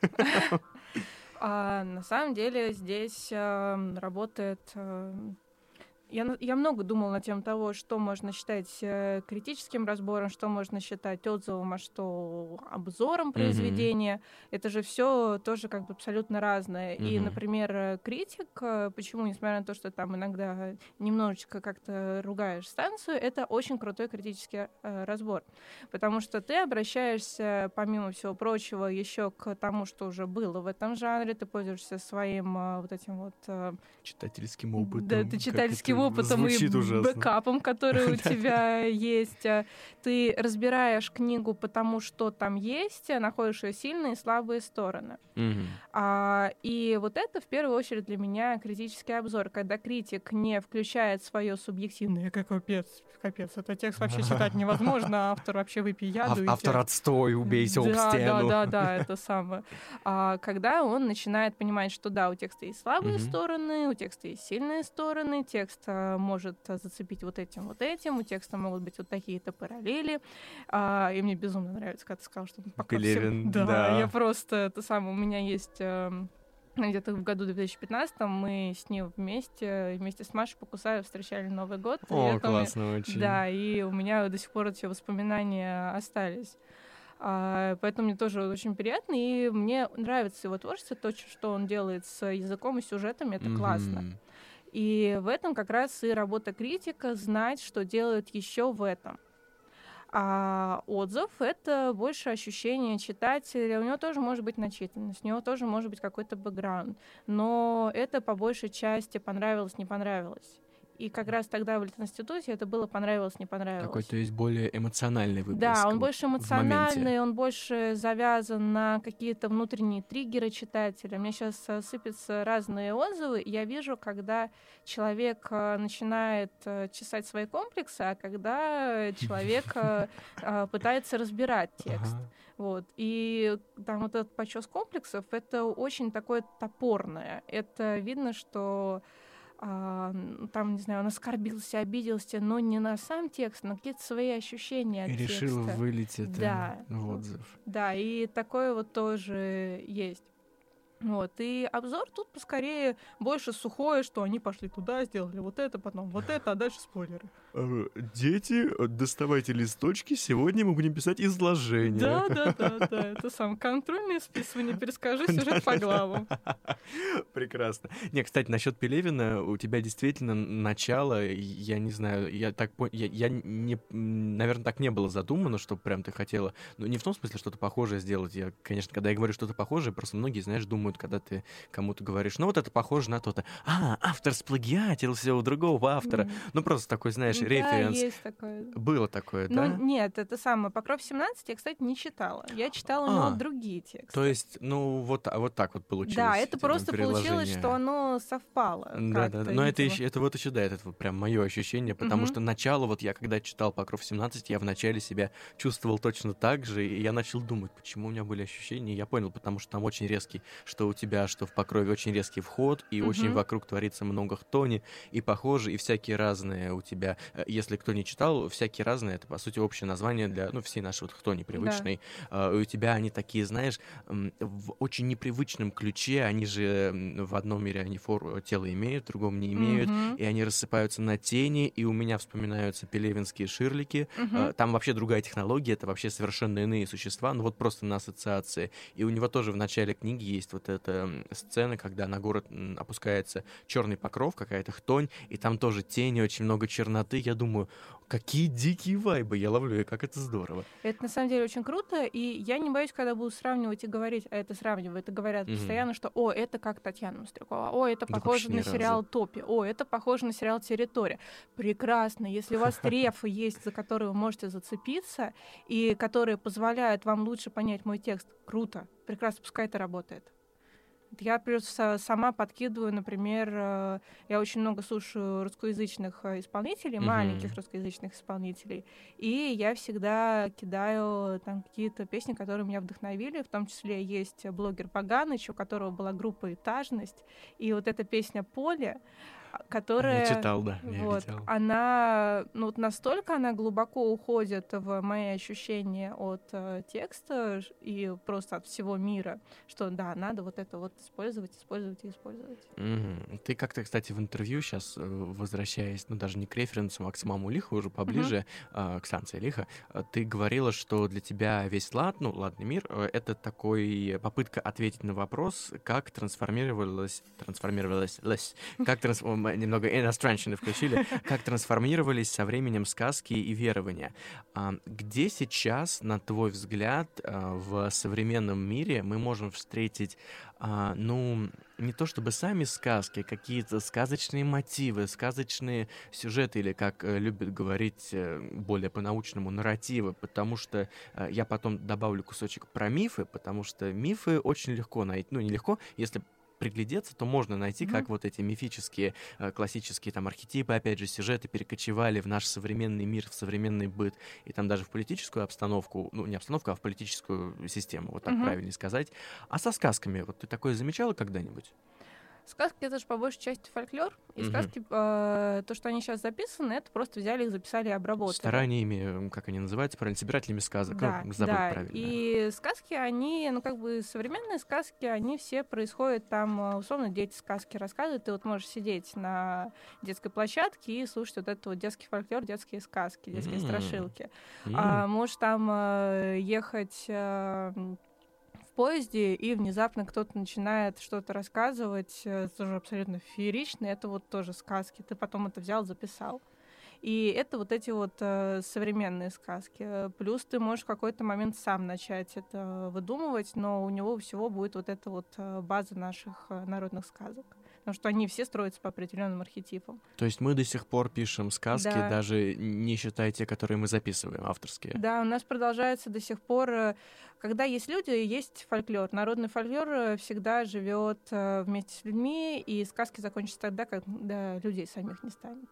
А, на самом деле здесь эм, работает... эм, Я, на- я много думала на тему того, что можно считать э, критическим разбором, что можно считать отзывом, а что обзором Мгм. произведения. Это же все тоже как бы абсолютно разное. И, Мгм. например, э, критик, э, почему, несмотря на то, что там иногда немножечко как-то ругаешь станцию, это очень крутой критический э, разбор. Потому что ты обращаешься, помимо всего прочего, еще к тому, что уже было в этом жанре, ты пользуешься своим э, вот этим вот э, Читательским опытом. да, ты как читательским это опытом и звучит ужасно. бэкапом, который у тебя есть. А, Ты разбираешь книгу по тому, что там есть, а находишь ее сильные и слабые стороны. Мгм. А, и вот это в первую очередь для меня критический обзор, когда критик не включает свое субъективное, как капец, капец, это текст вообще читать невозможно, автор вообще выпей яду. Ав- и Автор текст. отстой, убейте об Да, да, стену. да, да, это самое. А когда он начинает понимать, что да, у текста есть слабые Мгм. стороны, у текста есть сильные стороны, текст а, может а, зацепить вот этим, вот этим, у текста могут быть вот такие-то параллели. А, и мне безумно нравится, когда ты сказал, что пока всем- Пелевин, Да, да. я просто, это самое, у меня есть... эм, где-то в году две тысячи пятнадцатом мы с ним вместе, вместе с Машей Покусаевой встречали Новый год. и О, это мне- классно очень. Да, и у меня до сих пор эти воспоминания остались. А, поэтому мне тоже очень приятно, и мне нравится его творчество, то, ч- что он делает с языком и сюжетами, это классно. Мгм. И в этом как раз и работа критика — знать, что делают еще в этом. А отзыв — это больше ощущение читателя. У него тоже может быть начитанность, у него тоже может быть какой-то бэкграунд. Но это по большей части понравилось, не понравилось. И как раз тогда в Литинституте это было понравилось, не понравилось. Такой, то есть более эмоциональный выплеск. Да, он вот больше в моменте. эмоциональный, он больше завязан на какие-то внутренние триггеры читателя. Мне сейчас сыпятся разные отзывы, и я вижу, когда человек э, начинает э, чесать свои комплексы, а когда человек э, э, пытается разбирать текст. Ага. Вот. И там вот этот почес комплексов — это очень такое топорное. Это видно, что а, н- там, не знаю, он оскорбился, обиделся, но не на сам текст, на какие-то свои ощущения от И решил текста. вылить это Да. в отзыв. Да, и такое вот тоже есть. Вот. И обзор тут поскорее больше сухое, что они пошли туда, сделали вот это, потом вот это, а дальше спойлеры. Дети, доставайте листочки, сегодня мы будем писать изложение. Да, да, да, да. Это сам контрольное списывание, перескажи сюжет по главам. Прекрасно. Не, кстати, насчет Пелевина, у тебя действительно начало, я не знаю, я так понял, я, я не, наверное, так не было задумано, что прям ты хотела, ну, не в том смысле что-то похожее сделать. Я, конечно, когда я говорю что-то похожее, просто многие, знаешь, думают, когда ты кому-то говоришь, ну, вот это похоже на то-то. А, автор сплагиатил все у другого автора. М. Ну, просто такой, знаешь, Да, референс. есть такое. Было такое, Ну, да? нет, это самое. Покров семнадцать я, кстати, не читала. Я читала у него А, другие тексты. То есть, ну, вот, а вот так вот получилось. Да, это эти просто получилось, переложения. что оно совпало. Да, да, как-то, да. Но это, видимо. еще, это вот еще, да, это вот прям мое ощущение, потому Мгм. что начало, вот я когда читал Покров семнадцать, я вначале себя чувствовал точно так же, и я начал думать, почему у меня были ощущения, и я понял, потому что там очень резкий, что у тебя, что в Покрове очень резкий вход, и Мгм. очень вокруг творится много хтони, и похоже, и всякие разные у тебя, э, если кто не читал, всякие разные, это, по сути, общее название для, ну, всей нашей вот хтони привычной, А, и у тебя они такие, знаешь, м, в очень непривычном ключе, они же м, в одном мире они форму тела имеют, в другом не имеют, Мгм. и они рассыпаются на тени, и у меня вспоминаются пелевинские ширлики. Мгм. А, Там вообще другая технология, это вообще совершенно иные существа, ну вот просто на ассоциации. И у него тоже в начале книги есть вот это, это сцена, когда на город опускается черный покров, какая-то хтонь, и там тоже тени, очень много черноты. Я думаю, какие дикие вайбы я ловлю, и как это здорово. Это на самом деле очень круто, и я не боюсь, когда буду сравнивать и говорить, а это сравнивают, и говорят mm-hmm. постоянно, что «О, это как Татьяна Мострюкова», «О, это да похоже на сериал разу. «Топи», «О, это похоже на сериал «Территория». Прекрасно. Если у вас рефы есть, за которые вы можете зацепиться, и которые позволяют вам лучше понять мой текст, круто, прекрасно, пускай это работает. Я плюс сама подкидываю, например, я очень много слушаю русскоязычных исполнителей, mm-hmm. маленьких русскоязычных исполнителей, и я всегда кидаю там какие-то песни, которые меня вдохновили, в том числе есть блогер Паганыч, у которого была группа «Этажность», и вот эта песня «Поле», которая, я читал, да, вот, я она, ну, вот настолько она глубоко уходит в мои ощущения от э, текста и просто от всего мира, что да, надо вот это вот использовать, использовать и использовать. Mm-hmm. Ты как-то, кстати, в интервью сейчас, возвращаясь, ну, даже не к референсам, а к самому Лиху, уже поближе, mm-hmm. э, к станции Лиха, ты говорила, что для тебя весь лад, ну, ладный мир, это такой попытка ответить на вопрос, как трансформировалась, трансформировалась, как трансформировалась немного иностранщины включили, как трансформировались со временем сказки и верования. А где сейчас, на твой взгляд, в современном мире мы можем встретить, а, ну, не то чтобы сами сказки, какие-то сказочные мотивы, сказочные сюжеты, или, как любят говорить более по-научному, нарративы, потому что я потом добавлю кусочек про мифы, потому что мифы очень легко найти, ну, нелегко, если приглядеться, то можно найти, mm-hmm. как вот эти мифические, э, классические там архетипы, опять же, сюжеты перекочевали в наш современный мир, в современный быт, и там даже в политическую обстановку, ну, не обстановку, а в политическую систему, вот так mm-hmm. правильнее сказать. А со сказками, вот ты такое замечала когда-нибудь? Сказки — это же по большей части фольклор, и mm-hmm. сказки, э, то, что они сейчас записаны, это просто взяли их, записали и обработали. Стараниями, как они называются, правильно, собирателями сказок, да, ну, забыл да. правильно. И сказки, они, ну, как бы современные сказки, они все происходят там, условно, дети сказки рассказывают, ты вот можешь сидеть на детской площадке и слушать вот этот вот детский фольклор, детские сказки, детские mm-hmm. страшилки. Mm-hmm. А, можешь там э, ехать... Э, поезде, и внезапно кто-то начинает что-то рассказывать, это тоже абсолютно феерично, это вот тоже сказки, ты потом это взял, записал. И это вот эти вот э, современные сказки. Плюс ты можешь в какой-то момент сам начать это выдумывать, но у него всего будет вот эта вот э, база наших э, народных сказок. Потому что они все строятся по определенным архетипам. То есть мы до сих пор пишем сказки, да. даже не считая те, которые мы записываем, авторские. Да, у нас продолжается до сих пор, когда есть люди, есть фольклор. Народный фольклор всегда живет вместе с людьми, и сказки закончатся тогда, когда людей самих не станет.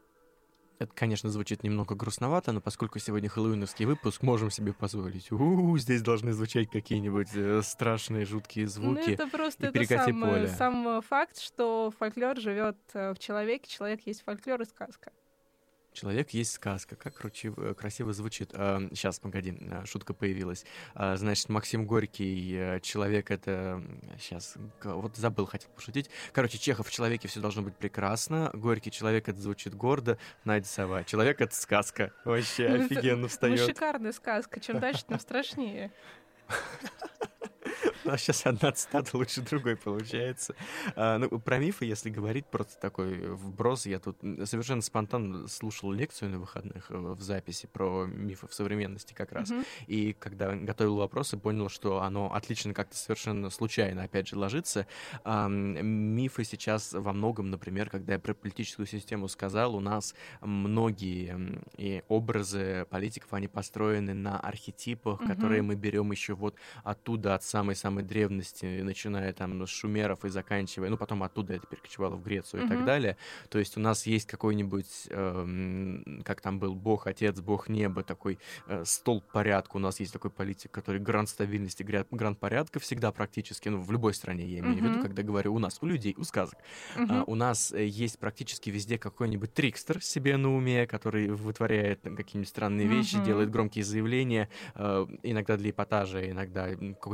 Это, конечно, звучит немного грустновато, но поскольку сегодня хэллоуиновский выпуск, можем себе позволить. У-у-у, здесь должны звучать какие-нибудь э, страшные, жуткие звуки. Ну, это просто и это перекати сам, поле. сам факт, что фольклор живет в человеке, человек есть фольклор и сказка. Человек есть сказка. Как кручи- красиво звучит. А, сейчас, погоди, шутка появилась. А, значит, Максим Горький, человек это... Сейчас, вот забыл, хотел пошутить. Короче, Чехов, в человеке все должно быть прекрасно. Горький, человек это звучит гордо. Надя Сова, человек это сказка. Вообще офигенно встает. Ну, шикарная сказка. Чем дальше, тем страшнее. У нас сейчас одна цитата лучше другой получается. А, ну, про мифы, если говорить, просто такой вброс. Я тут совершенно спонтанно слушал лекцию на выходных в записи про мифы в современности как раз. Mm-hmm. И когда готовил вопросы, понял, что оно отлично как-то совершенно случайно, опять же, ложится. А, мифы сейчас во многом, например, когда я про политическую систему сказал, у нас многие и образы политиков, они построены на архетипах, mm-hmm. которые мы берем еще вот оттуда, от самой-самой древности, начиная там с шумеров и заканчивая, ну, потом оттуда это перекочевало в Грецию mm-hmm. и так далее. То есть у нас есть какой-нибудь, э, как там был Бог Отец, Бог Небо, такой э, столб порядка. У нас есть такой политик, который грант стабильности, грант порядка всегда практически, ну, в любой стране, я имею mm-hmm. в виду, когда говорю у нас, у людей, у сказок. Mm-hmm. А, у нас есть практически везде какой-нибудь трикстер себе на уме, который вытворяет там, какие-нибудь странные mm-hmm. вещи, делает громкие заявления, э, иногда для эпатажа, иногда какой-то другой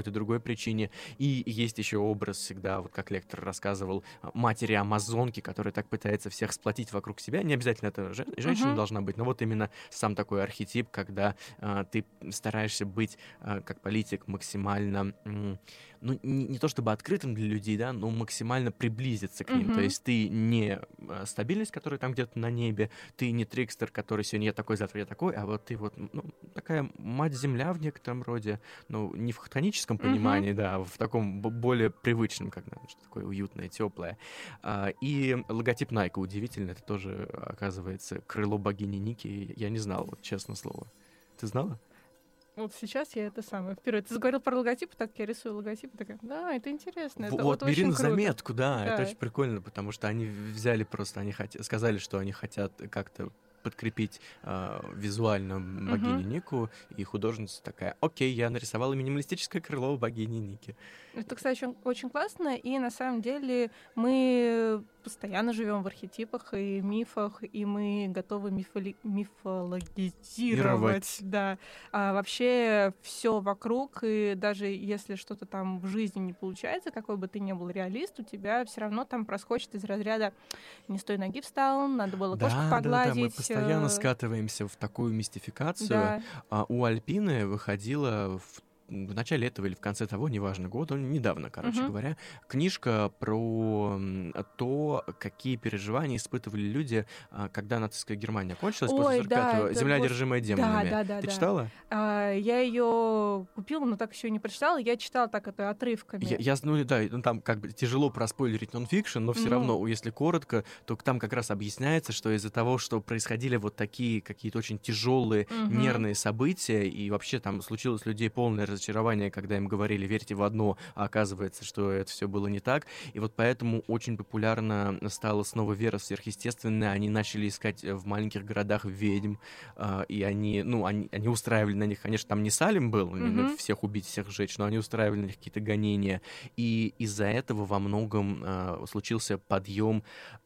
причине. И есть еще образ всегда, вот как лектор рассказывал, матери-амазонки, которая так пытается всех сплотить вокруг себя. Не обязательно это жен- женщина uh-huh. должна быть, но вот именно сам такой архетип, когда э, ты стараешься быть, э, как политик, максимально, э, ну, не, не то чтобы открытым для людей, да, но максимально приблизиться к ним. Uh-huh. То есть ты не э, стабильность, которая там где-то на небе, ты не трикстер, который сегодня я такой, завтра я такой, а вот ты вот, ну, такая мать-земля в некотором роде, ну, не в хтоническом понимании, uh-huh. да, а в таком более привычном, как что такое уютное, теплое. А, и логотип Nike удивительно, это тоже, оказывается, крыло богини Ники. Я не знал, вот, честное слово. Ты знала? Вот сейчас я это самое впервые. Ты заговорил про логотип, так я рисую логотип, и такая, да, это интересно. Это вот, вот бери очень на круто. заметку, да, да, это очень прикольно, потому что они взяли просто, они хот... сказали, что они хотят как-то подкрепить э, визуально богиню uh-huh. Нику, и художница такая, окей, я нарисовала минималистическое крыло богини Ники. Это, кстати, очень, очень классно, и на самом деле мы постоянно живем в архетипах и мифах, и мы готовы мифоли... мифологизировать. Да. А вообще все вокруг, и даже если что-то там в жизни не получается, какой бы ты ни был реалист, у тебя все равно там проскочит из разряда «не с той ноги встал», «надо было да, кошку погладить». Да, да, мы постоянно скатываемся в такую мистификацию. Да. А у Альпины выходила в в начале этого или в конце того, неважно, года, недавно, короче uh-huh. говоря, книжка про то, какие переживания испытывали люди, когда нацистская Германия кончилась Ой, после сорок пятого. Да, «Земля, вот... одержимая демонами». Да, да, да, Ты да. читала? А, я ее купила, но так еще не прочитала. Я читала так это отрывками. Я, я ну да, ну, там как бы тяжело проспойлерить нонфикшн, но все ну... равно, если коротко, то там как раз объясняется, что из-за того, что происходили вот такие какие-то очень тяжелые uh-huh. нервные события, и вообще там случилось у людей полное разочарование, когда им говорили «верьте в одно», а оказывается, что это все было не так. И вот поэтому очень популярна стала снова вера в сверхъестественное. Они начали искать в маленьких городах ведьм, э, и они, ну, они, они устраивали на них, конечно, там не Салем был, mm-hmm. всех убить, всех сжечь, но они устраивали на них какие-то гонения. И из-за этого во многом э, случился подъем,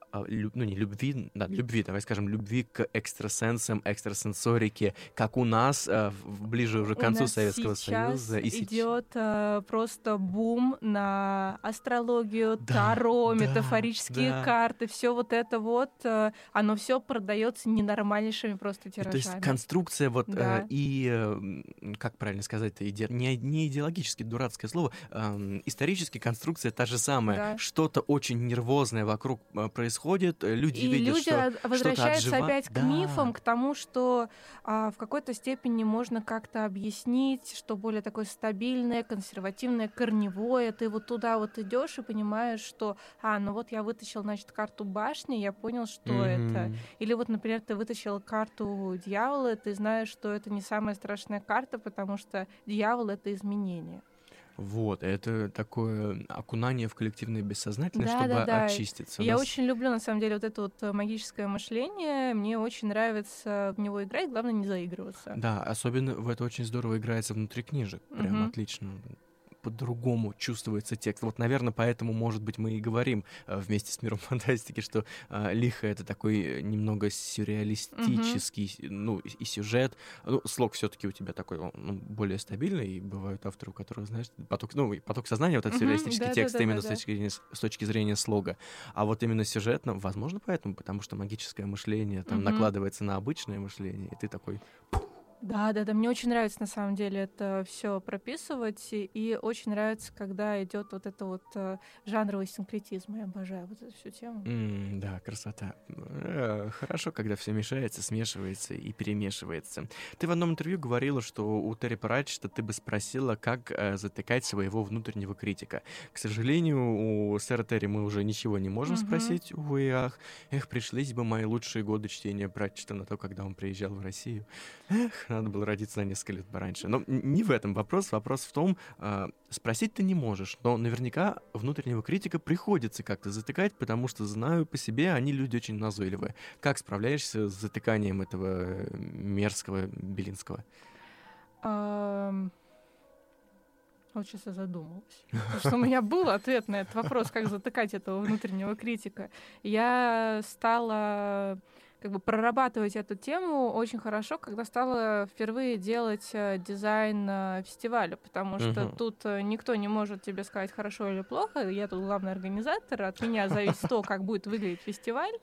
ну, не любви, да, любви, давай скажем, любви к экстрасенсам, экстрасенсорике, как у нас э, ближе уже к концу Советского Союза. И идет э, просто бум на астрологию, да, таро, да, метафорические да. карты, все вот это вот, э, оно все продается ненормальнейшими просто тиражами. То есть конструкция вот да. э, и, э, как правильно сказать, иде... не, не идеологически дурацкое слово, э, исторически конструкция та же самая, да. что-то очень нервозное вокруг э, происходит. Ходят, люди и видят, люди что возвращаются что-то отжива... опять к да. мифам, к тому, что а, в какой-то степени можно как-то объяснить, что более такое стабильное, консервативное, корневое. Ты вот туда вот идешь и понимаешь, что, а, ну вот я вытащил, значит, карту башни, я понял, что mm-hmm. это. Или вот, например, ты вытащил карту дьявола, ты знаешь, что это не самая страшная карта, потому что дьявол — это изменение. Вот, это такое окунание в коллективное бессознательное, да, чтобы да, да. очиститься. Я нас... очень люблю, на самом деле, вот это вот магическое мышление. Мне очень нравится в него играть, главное не заигрываться. Да, особенно в это очень здорово играется внутри книжек. Прям угу. отлично. По-другому чувствуется текст. Вот, наверное, поэтому, может быть, мы и говорим э, вместе с миром фантастики, что э, Лихо — это такой немного сюрреалистический, mm-hmm. ну, и, и сюжет. Ну, слог все-таки у тебя такой, он, ну, более стабильный, и бывают авторы, у которых, знаешь, поток, ну, поток сознания, вот этот mm-hmm. сюрреалистический да, текст, да, да, именно да, да. С, точки зрения, с точки зрения слога. А вот именно сюжетно, возможно, поэтому, потому что магическое мышление там mm-hmm. накладывается на обычное мышление, и ты такой... Да, да, да. Мне очень нравится на самом деле это все прописывать, и очень нравится, когда идет вот это вот э, жанровый синкретизм. Я обожаю вот эту всю тему. Mm, да, красота. Э, хорошо, когда все мешается, смешивается и перемешивается. Ты в одном интервью говорила, что у Терри Пратчетта ты бы спросила, как э, затыкать своего внутреннего критика. К сожалению, у сэра Терри мы уже ничего не можем mm-hmm. спросить. Увы, ах. Эх, пришлись бы мои лучшие годы чтения Пратчетта на то, когда он приезжал в Россию. Эх, надо было родиться на несколько лет пораньше. Но не в этом вопрос. Вопрос в том, э, спросить ты не можешь, но наверняка внутреннего критика приходится как-то затыкать, потому что, знаю по себе, они люди очень назойливые. Как справляешься с затыканием этого мерзкого Белинского? Um... Вот сейчас я задумалась. Потому что у меня был ответ на этот вопрос, как затыкать этого внутреннего критика. Я стала как бы прорабатывать эту тему очень хорошо, когда стала впервые делать э, дизайн э, фестиваля, потому что Мгм. тут э, никто не может тебе сказать, хорошо или плохо. Я тут главный организатор, от меня зависит то, как будет выглядеть фестиваль.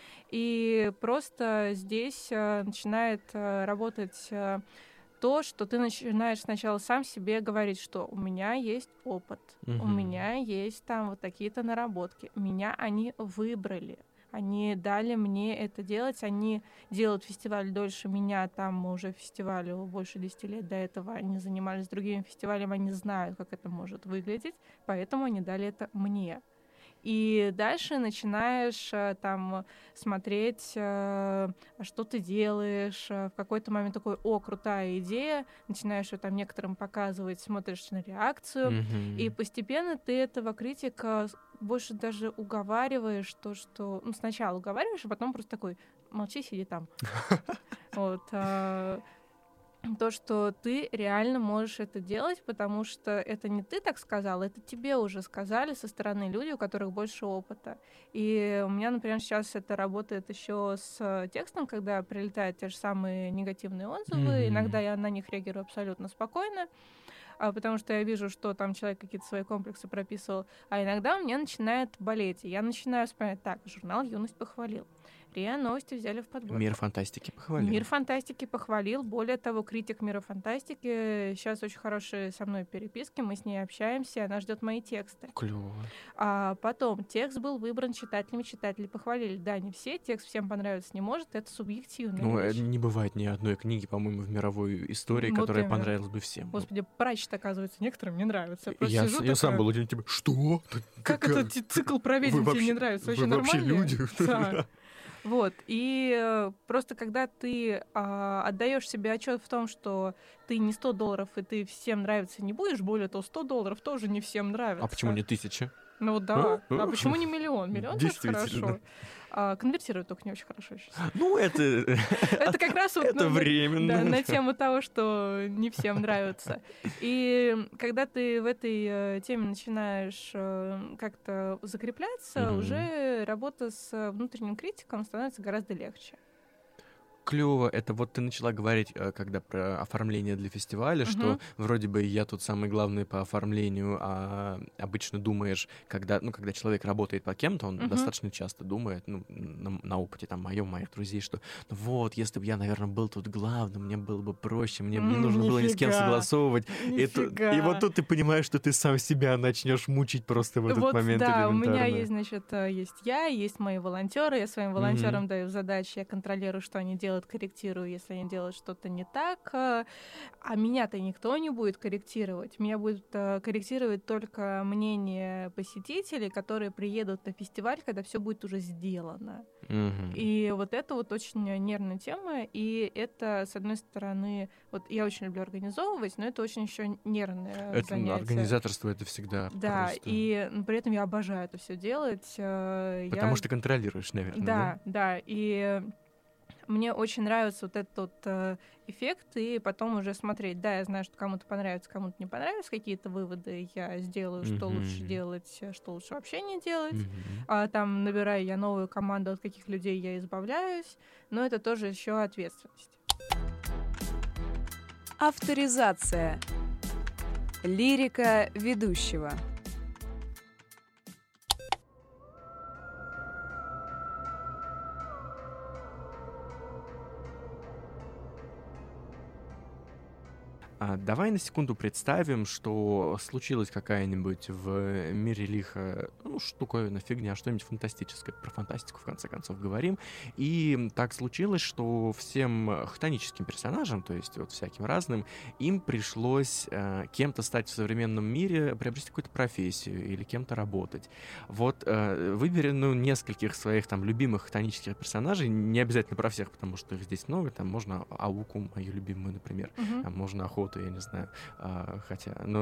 И просто здесь э, начинает э, работать э, то, что ты начинаешь сначала сам себе говорить, что у меня есть опыт, у Мгм. меня есть там вот такие-то наработки, меня они выбрали. Они дали мне это делать, они делают фестиваль дольше меня, там уже фестивалю больше десяти лет до этого, они занимались другими фестивалями, они знают, как это может выглядеть, поэтому они дали это мне. И дальше начинаешь э, там смотреть, э, а что ты делаешь. э, В какой-то момент такой, о, крутая идея. Начинаешь ее там некоторым показывать, смотришь на реакцию. Мгм. И постепенно ты этого критика с- больше даже уговариваешь, то, что... Ну, сначала уговариваешь, а потом просто такой, молчи, сиди там. Вот. а, То, что ты реально можешь это делать, потому что это не ты так сказал, это тебе уже сказали со стороны людей, у которых больше опыта. И у меня, например, сейчас это работает еще с текстом, когда прилетают те же самые негативные отзывы. Мгм. Иногда я на них реагирую абсолютно спокойно, а, потому что я вижу, что там человек какие-то свои комплексы прописывал. А иногда у меня начинает болеть, и я начинаю вспоминать, так, журнал «Юность» похвалил. РИА Новости взяли в подборку. Мир фантастики похвалил. Мир фантастики похвалил. Более того, критик мира фантастики сейчас очень хорошие со мной переписки, мы с ней общаемся, и она ждет мои тексты. Клево. А потом текст был выбран читателями, читатели похвалили. Да, не все, текст всем понравиться не может, это субъективная Ну, э, вещь. не бывает ни одной книги, по-моему, в мировой истории, Вот которая именно. понравилась бы всем. Господи, прачет, оказывается, некоторым не нравится. Я просто Я, сижу с- я сам такая, был один, типа, что? как Какая- этот ти- цикл про ведьм Вы тебе вообще- не нравится? Вообще вы вообще нормально? люди? Да. Вот. И э, просто когда ты а, отдаешь себе отчет в том, что ты не сто долларов, и ты всем нравится не будешь, более того, сто долларов тоже не всем нравится. А почему не тысяча? Ну вот да. А? А почему не миллион? Миллион тоже Действительно. хорошо. А, конвертирует только не очень хорошо сейчас. Ну, это... Это как раз вот Это на- временно. да, на тему того, что не всем нравится. И когда ты в этой э, теме начинаешь э, как-то закрепляться, Мгм. уже работа с внутренним критиком становится гораздо легче. Клево. Это вот ты начала говорить, э, когда про оформление для фестиваля, что Мгм. вроде бы я тут самый главный по оформлению, а обычно думаешь, когда, ну, когда человек работает по кем-то, он Мгм. достаточно часто думает, ну, на, на опыте там моем, моих друзей, что ну вот, если бы я, наверное, был тут главным, мне было бы проще, мне бы не М, нужно было ни с кем нифига. согласовывать. И, тут- Нифига. и вот тут ты понимаешь, что ты сам себя начнешь мучить просто в этот Вот, момент да, у меня элементарно. есть, значит, э, есть я, есть мои волонтеры. Я своим волонтерам даю задачи, я контролирую, что они делают, корректирую, если они делают что-то не так. э, А меня-то никто не будет корректировать. Меня будет э, корректировать только мнение посетителей, которые приедут на фестиваль, когда все будет уже сделано. Мгм. И вот это вот очень нервная тема, и это, с одной стороны, вот я очень люблю организовывать, но это очень еще нервное Это, ну, занятие. организаторство это всегда Да, просто... и ну, при этом я обожаю это все делать. э, Потому я- что контролируешь, наверное, Да, да, и мне очень нравится вот этот вот, э, эффект, и потом уже смотреть. Да, я знаю, что кому-то понравится, кому-то не понравится, какие-то выводы я сделаю, что лучше Мгм. делать, э, что лучше вообще не делать. Мгм. А там набираю я новую команду, от каких людей я избавляюсь, но это тоже еще ответственность. Авторизация. Лирика ведущего. А, давай на секунду представим, что случилась какая-нибудь в мире лиха, ну, штуковина, фигня, что-нибудь фантастическое. Про фантастику, в конце концов, говорим. И так случилось, что всем хтоническим персонажам, то есть вот всяким разным, им пришлось э, кем-то стать в современном мире, приобрести какую-то профессию или кем-то работать. Вот э, выбери, ну, нескольких своих там любимых хтонических персонажей, не обязательно про всех, потому что их здесь много, там можно Ауку, мою любимую, например, Мгм. там можно охоту, я не знаю. А, хотя, ну,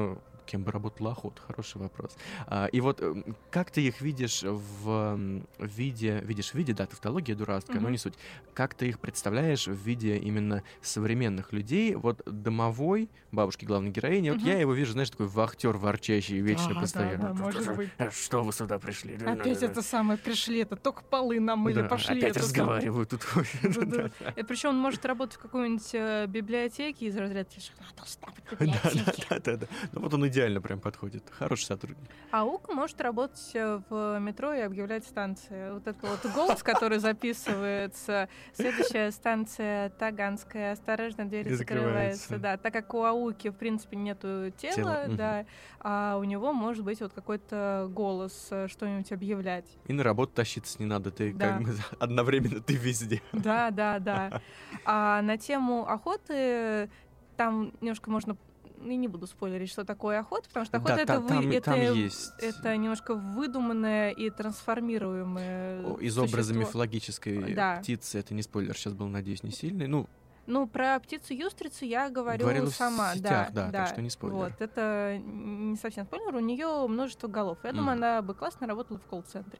Кем бы работала охота? Хороший вопрос. А, и вот э, как ты их видишь в м, виде, видишь в виде, да, тавтология дурацкая, но Мгм. не суть. Как ты их представляешь в виде именно современных людей? Вот домовой, бабушки главной героини, вот Мгм. я его вижу, знаешь, такой вахтер ворчащий, вечно Да, да, постоянно. да, может быть. «Э, Что вы сюда пришли? Опять это самое пришли, это только полы намыли, Да, пошли. опять это самое». разговаривают тут. Да-да. Причем он может работать в какой-нибудь э, библиотеке из разряда «Она должна быть в Да, библиотеке». да, да, да. Ну вот он идеально прям подходит. Хороший сотрудник. А Ука может работать э, в метро и объявлять станции. Вот это вот голос, который записывается. Следующая станция Таганская. Осторожно, дверь И закрывается. закрывается. Да, так как у Ауки, в принципе, нету тела, Тела, мгм. да, а у него может быть вот какой-то голос, э, что-нибудь объявлять. И на работу тащиться не надо. Ты Да. как бы одновременно ты везде. Да, да, да. А на тему охоты там немножко можно... Я не буду спойлерить, что такое охота, потому что охота Да, это, та- вы- там, это, там есть это немножко выдуманное и трансформируемое О, из образа существо. мифологической Да. птицы. Это не спойлер, сейчас был, надеюсь, не сильный. Ну, Ну, про птицу-юстрицу я говорю Говорила в сама. сетях, да, да, так что не спойлер. Вот, это не совсем спойлер. У нее множество голов. Я думаю, Мгм. она бы классно работала в колл-центре.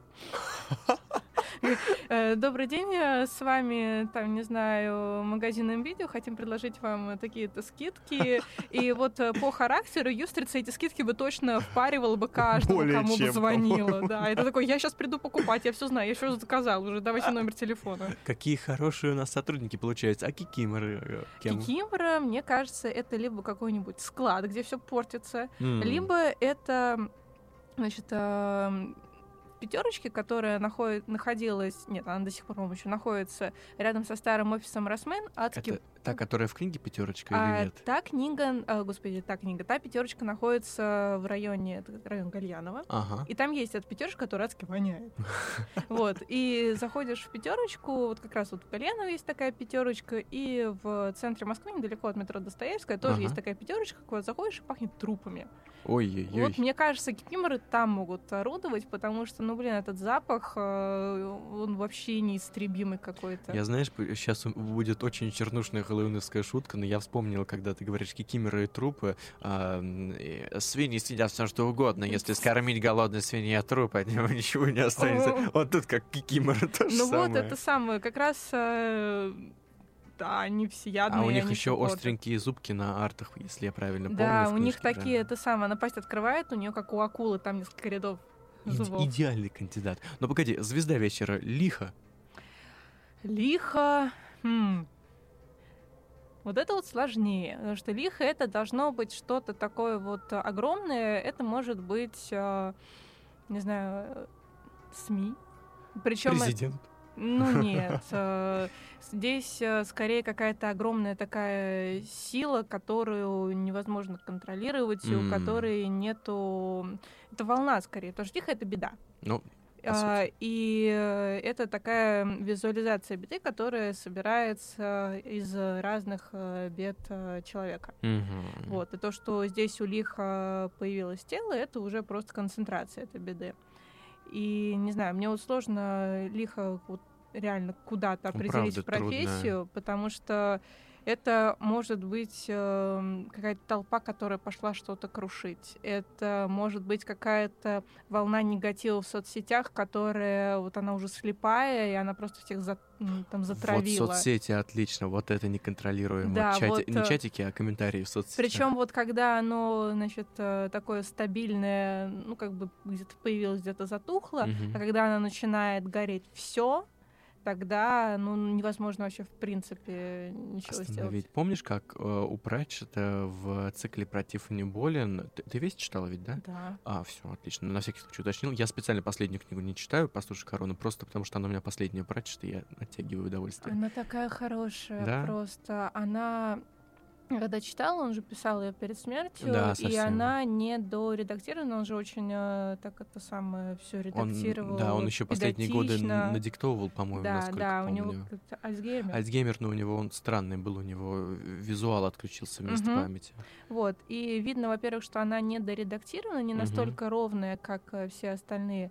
Э, Добрый день, э, с вами, там, не знаю, магазин МВидео. Хотим предложить вам такие-то скидки. И вот э, по характеру юстрица эти скидки бы точно впаривала бы каждому, Более кому бы чем, звонила. по-моему. Да, это такой, я сейчас приду покупать, я все знаю, я все заказал уже, давайте номер телефона. какие хорошие у нас сотрудники получаются. А кикиморы э, кем? Кикимора, мне кажется, это либо какой-нибудь склад, где все портится, М. либо это, значит, эм, пятерочки, которая находит, находилась, нет, она до сих пор, по-моему, еще находится рядом со старым офисом Росмен, адским. Это та, которая в книге пятерочка А или нет? та книга, а, господи, та книга, та пятерочка находится в районе, это район Гальянова. Ага. И там есть эта пятерочка, которая адски воняет. Вот. И заходишь в пятерочку, вот как раз вот в Гальяново есть такая пятерочка, и в центре Москвы, недалеко от метро Достоевская, тоже Ага. есть такая пятерочка, куда заходишь и пахнет трупами. Ой-ой-ой. Вот мне кажется, кикиморы там могут орудовать, потому что, ну, блин, этот запах, э, он вообще неистребимый какой-то. Я, знаешь, сейчас будет очень чернушная хэллоуиновская шутка, но я вспомнил, когда ты говоришь кикиморы и трупы, а, м, и свиньи съедят все что угодно, если скормить голодной свинье труп, от него ничего не останется. О. Вот тут как кикиморы то же Ну вот, самое. это самое, как раз, э, да, они всеядные. А у них они еще всё портят. остренькие зубки на артах, если я правильно помню. Да, в у них книжке, такие, да. это самое, она пасть открывает, у нее как у акулы, там несколько рядов Иде- зубов. идеальный кандидат. Но погоди, звезда вечера Лиха. Лихо. хм. Вот это вот сложнее, потому что лихо это должно быть что-то такое вот огромное, это может быть, э, не знаю, э, СМИ. Причем Президент. ну нет, э, здесь э, скорее какая-то огромная такая сила, которую невозможно контролировать, и у М. которой нету... Это волна скорее, потому что лихо — это беда. Ну, по А, И э, это такая визуализация беды, которая собирается из разных э, бед э, человека. мгм. Вот. И то, что здесь у лиха появилось тело, это уже просто концентрация этой беды. И не знаю, мне вот сложно лихо вот реально куда-то Ну, определить правда, в профессию, трудно. потому что это может быть э, какая-то толпа, которая пошла что-то крушить. Это может быть какая-то волна негатива в соцсетях, которая вот она уже слепая, и она просто всех за, м, там затравила. Вот соцсети отлично, вот это неконтролируемо. Да, Чати- вот, Не э, чатики, а комментарии в соцсетях. Причем вот когда оно, значит, э, такое стабильное, ну, как бы где-то появилось, где-то затухло, Мгм. а когда оно начинает гореть все, тогда, ну, невозможно вообще в принципе ничего сделать. Остановить. Помнишь, как э, у Пратчета в цикле про Тиффани Болин... Ты, ты весь читала ведь, да? Да. А, все, отлично. На всякий случай уточнил. Я специально последнюю книгу не читаю, «Послушай корону», просто потому что она у меня последняя Пратчета, и я оттягиваю удовольствие. Она такая хорошая Да? просто. Она... Я когда читала, он же писал ее перед смертью, Да, и совсем. она не доредактирована, он же очень э, так это самое все Он, редактировал. да, он еще последние годы педантично. н- надиктовывал, по-моему, Да, насколько да, у помню. него как-то Альцгеймер. Альцгеймер, но у него он странный был, у него визуал отключился вместо Мгм. памяти. Вот. И видно, во-первых, что она не доредактирована, не Мгм. настолько ровная, как э, все остальные.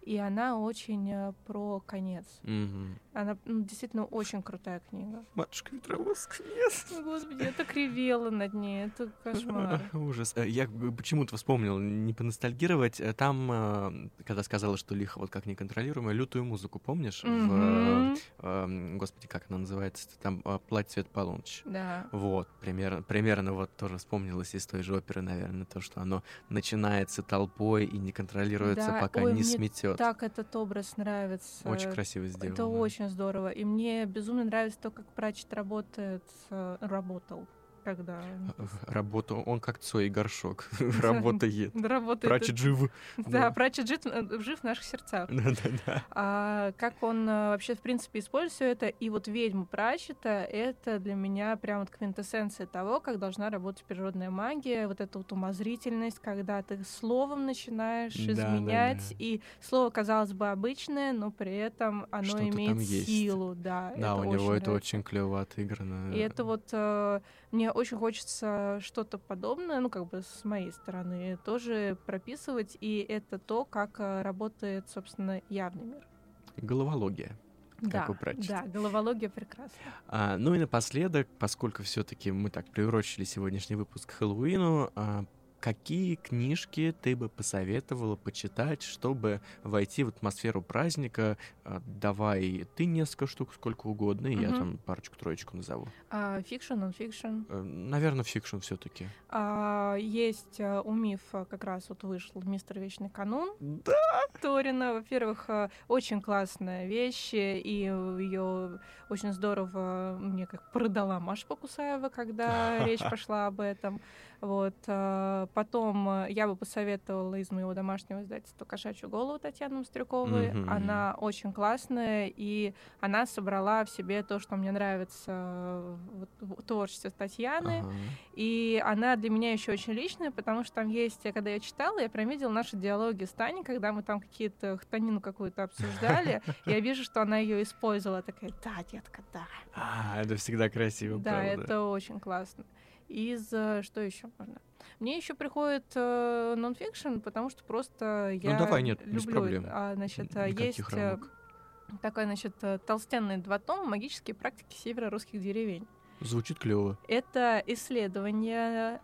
и она очень э, про конец. Мгм. Она ну, действительно очень крутая книга. Матушка Ветровоск, нет. О, Господи, я так ревела над ней, это кошмар. Ужас. Э, Я г- почему-то вспомнил, не поностальгировать. э, Там, э, когда сказала, что лихо вот как неконтролируемая, лютую музыку, помнишь? В, э, Мгм. эм, господи, как она называется? Там э, «Платье цвет полуночи». Да. Вот, примерно, примерно вот тоже вспомнилось из той же оперы, наверное, то, что оно начинается толпой и не контролируется, Да, пока ой, не мне сметет. Так этот образ нравится. Очень красиво сделано. Это очень здорово. И мне безумно нравится то, как Пратчетт работает, э, работал, когда... Работу, он как Цой и Горшок. Работает. Да, работает. Прачет жив. Да, Пратчетт жив, э, жив в наших сердцах. Да-да-да. А как он э, вообще, в принципе, использует все это. И вот «Ведьма» Пратчетта — это для меня прям вот квинтэссенция того, как должна работать природная магия. Вот эта вот умозрительность, когда ты словом начинаешь Да, изменять. да, да. И слово, казалось бы, обычное, но при этом оно Что-то там имеет есть. силу. Да, Да, у него это нравится. очень клево отыграно. И это вот э, мне очень хочется что-то подобное, ну, как бы с моей стороны, тоже прописывать. И это то, как э, работает, собственно, явный мир. Головология. Да, у Пратчетта. да, головология прекрасна. А, ну и напоследок, поскольку все-таки мы так приурочили сегодняшний выпуск к Хэллоуину, а, какие книжки ты бы посоветовала почитать, чтобы войти в атмосферу праздника? А, давай ты несколько штук, сколько угодно, и я Мгм. там парочку-троечку назову. А, фикшн, нон-фикшн. Э, Наверное, фикшн все-таки. А, есть а, у Мифа как раз вот вышел «Мистер Вечный канун» Да! Торина. Во-первых, а, очень классная вещь, и ее очень здорово мне как продала Маша Покусаева, когда речь пошла об этом. Вот. а, Потом а, я бы посоветовала из моего домашнего издательства «Кошачью голову» Татьяны Мострюковой. Мгм. Она очень классная, и она собрала в себе то, что мне нравится вот, в творчестве Татьяны. Ага. И она для меня еще очень личная, потому что там есть, я когда я читала, я прям видела наши диалоги с Таней, когда мы там какие-то хтонину какую-то обсуждали. Я вижу, что она ее использовала. Такая, да, детка, да. А, это всегда красиво, Да, правда. это очень классно. Из э, что еще можно? Мне еще приходит э, нон-фикшн, потому что просто я Ну, давай, нет, без люблю. проблем. А, значит, а, Никаких есть э, рамок. такой, значит, э, толстенный два тома «Магические практики северо-русских деревень». Звучит клево. Это исследования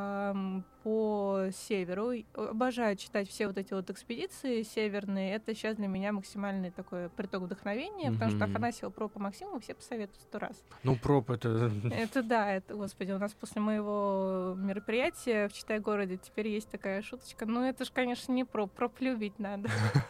ам, по северу. И Обожаю читать все вот эти вот экспедиции северные. Это сейчас для меня максимальный такой приток вдохновения, потому что Мгм. Афанасьева, Пропа, Максимова все посоветуют сто раз. Ну, проб это... Это да, это, господи, у нас после моего мероприятия в Читай-городе теперь есть такая шуточка. Ну, это же, конечно, не проп, проп любить надо.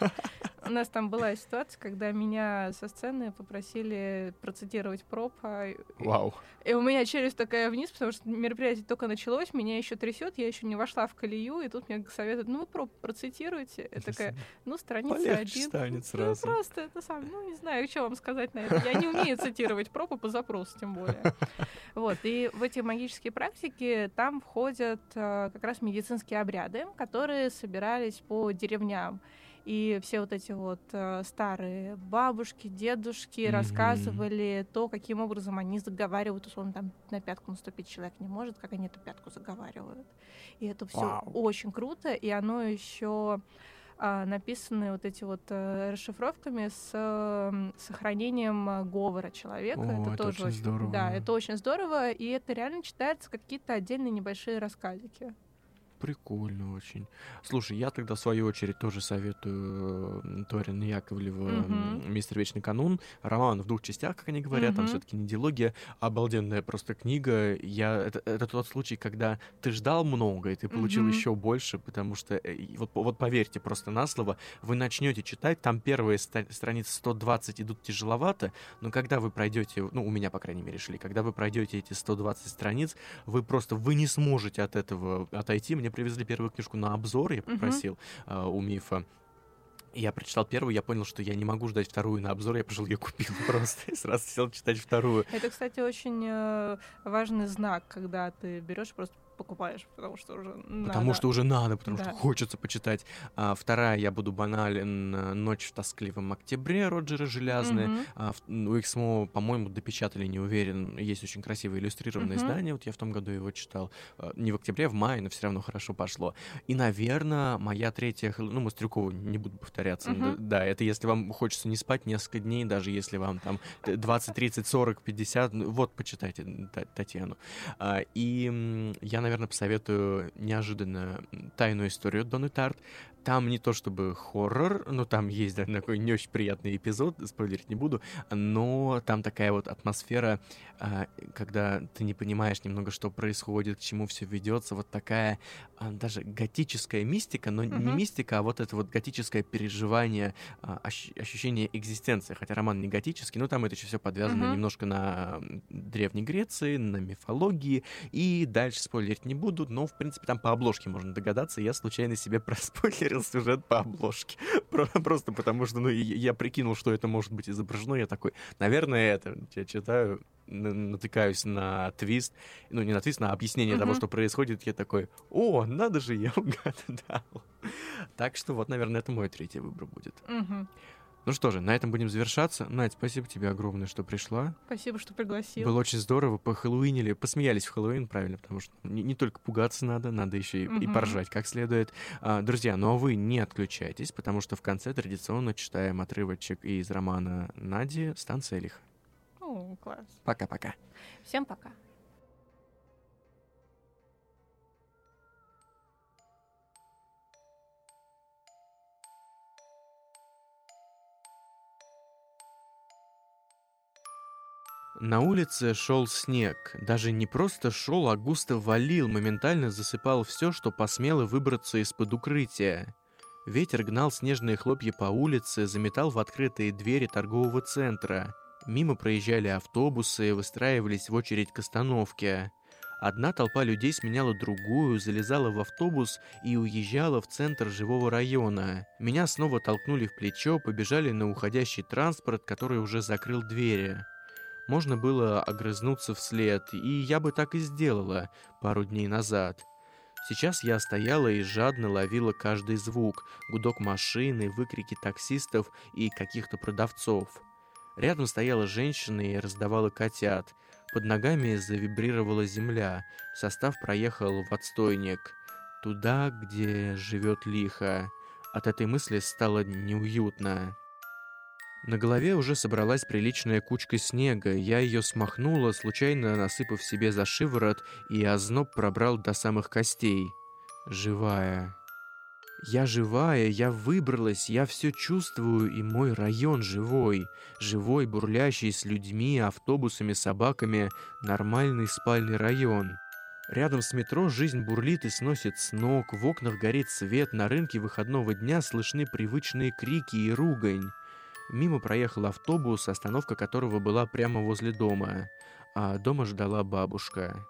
У нас там была ситуация, когда меня со сцены попросили процитировать пропа. и- Вау. И у меня челюсть такая вниз, потому что мероприятие только началось, меня еще трясет, я еще не вошла в колею, и тут мне советуют, ну вы проп процитируйте. Я такая, ну, страница Полегче один. станет Ну, сразу. просто это сам, ну, не знаю, что вам сказать на это. Я не умею цитировать пропа по запросу, тем более. Вот, и в эти магические практики там входят э, как раз медицинские обряды, которые собирались по деревням. И все вот эти вот э, старые бабушки, дедушки Мгм. рассказывали то, каким образом они заговаривают, условно, там на пятку наступить человек не может, как они эту пятку заговаривают. И это все Вау. очень круто, и оно еще написаны вот эти вот э, расшифровками с э, сохранением э, говора человека. О, это, это тоже очень здорово. Да, это очень здорово, и это реально читается как какие-то отдельные небольшие рассказики. Прикольно очень. Слушай, я тогда в свою очередь тоже советую э, Торина Яковлева Мгм. «Мистер Вечный канун». Роман в двух частях, как они говорят, там Мгм. все-таки не диалогия. Обалденная просто книга. Я... Это, это тот случай, когда ты ждал много, и ты получил Мгм. еще больше, потому что, э, и вот, вот поверьте просто на слово, вы начнете читать, там первые ста- страницы сто двадцать идут тяжеловато, но когда вы пройдете, ну, у меня, по крайней мере, шли, когда вы пройдете эти сто двадцать страниц, вы просто, вы не сможете от этого отойти. Мне привезли первую книжку на обзор, я Мгм. попросил э, у Мифа. Я прочитал первую, я понял, что я не могу ждать вторую на обзор, я пошел ее купил просто и сразу сел читать вторую. Это, кстати, очень э, важный знак, когда ты берешь просто покупаешь, потому что уже Потому надо. что уже надо, потому Да. что хочется почитать. А, вторая, я буду банален, а, «Ночь в тоскливом октябре» Роджера Желязны. Мгм. А, в- у Эксмо, по-моему, допечатали, не уверен. Есть очень красивое иллюстрированное Мгм. издание, вот я в том году его читал. А, не в октябре, а в мае, но все равно хорошо пошло. И, наверное, моя третья, Хэлл- ну, Мастрюкову не буду повторяться. Мгм. Да, да, это если вам хочется не спать несколько дней, даже если вам там т- двадцать, тридцать, сорок, пятьдесят, ну, вот, почитайте Та- Татьяну. А, И м, я, наверное, посоветую неожиданно м, «Тайную историю» Донны Тарт. Там не то чтобы хоррор, но там есть да, такой не очень приятный эпизод, спойлерить не буду, но там такая вот атмосфера, а, когда ты не понимаешь немного, что происходит, к чему все ведется, вот такая а, даже готическая мистика, но не Мгм. мистика, а вот это вот готическое переживание, а, ощ- ощущение экзистенции, хотя роман не готический, но там это еще все подвязано Мгм. немножко на м, Древней Греции, на мифологии, и дальше спойлерить не буду, но, в принципе, там по обложке можно догадаться. Я случайно себе проспойлерил сюжет по обложке. Про- Просто потому что, ну, я я прикинул, что это может быть изображено. Я такой, наверное, это. Я читаю, на- натыкаюсь на твист. Ну, не на твист, на объяснение того, Мгм. что происходит. Я такой, о, надо же, я угадал. Так что вот, наверное, это мой третий выбор будет. Мгм. Ну что же, на этом будем завершаться. Надь, спасибо тебе огромное, что пришла. Спасибо, что пригласил. Было очень здорово, похэллоуинили, посмеялись в Хэллоуин, правильно, потому что не, не только пугаться надо, надо еще и, и Мгм. поржать как следует. А, друзья, ну а вы не отключайтесь, потому что в конце традиционно читаем отрывочек из романа Нади «Станция лиха». О, класс. Пока-пока. Всем пока. На улице шел снег. Даже не просто шел, а густо валил, моментально засыпал все, что посмело выбраться из-под укрытия. Ветер гнал снежные хлопья по улице, заметал в открытые двери торгового центра. Мимо проезжали автобусы, выстраивались в очередь к остановке. Одна толпа людей сменяла другую, залезала в автобус и уезжала в центр живого района. Меня снова толкнули в плечо, побежали на уходящий транспорт, который уже закрыл двери. Можно было огрызнуться вслед, и я бы так и сделала пару дней назад. Сейчас я стояла и жадно ловила каждый звук: гудок машины, выкрики таксистов и каких-то продавцов. Рядом стояла женщина и раздавала котят. Под ногами завибрировала земля. Состав проехал в отстойник. Туда, где живет лихо. От этой мысли стало неуютно. На голове уже собралась приличная кучка снега. Я ее смахнула, случайно насыпав себе за шиворот, и озноб пробрал до самых костей. Живая. Я живая, я выбралась, я все чувствую, и мой район живой. Живой, бурлящий, с людьми, автобусами, собаками. Нормальный спальный район. Рядом с метро жизнь бурлит и сносит с ног, в окнах горит свет, на рынке выходного дня слышны привычные крики и ругань. Мимо проехал автобус, остановка которого была прямо возле дома, а дома ждала бабушка.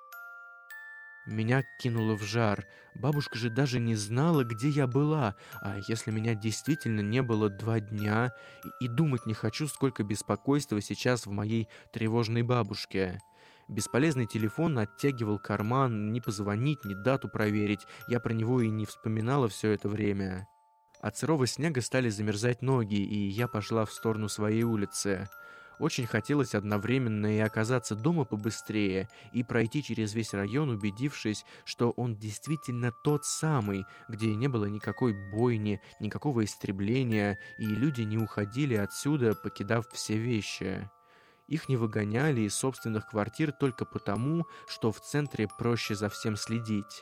Меня кинуло в жар. Бабушка же даже не знала, где я была, а если меня действительно не было два дня, и, и думать не хочу, сколько беспокойства сейчас в моей тревожной бабушке. Бесполезный телефон оттягивал карман, ни позвонить, ни дату проверить. Я про него и не вспоминала все это время. От сырого снега стали замерзать ноги, и я пошла в сторону своей улицы. Очень хотелось одновременно и оказаться дома побыстрее, и пройти через весь район, убедившись, что он действительно тот самый, где не было никакой бойни, никакого истребления, и люди не уходили отсюда, покидав все вещи. Их не выгоняли из собственных квартир только потому, что в центре проще за всем следить.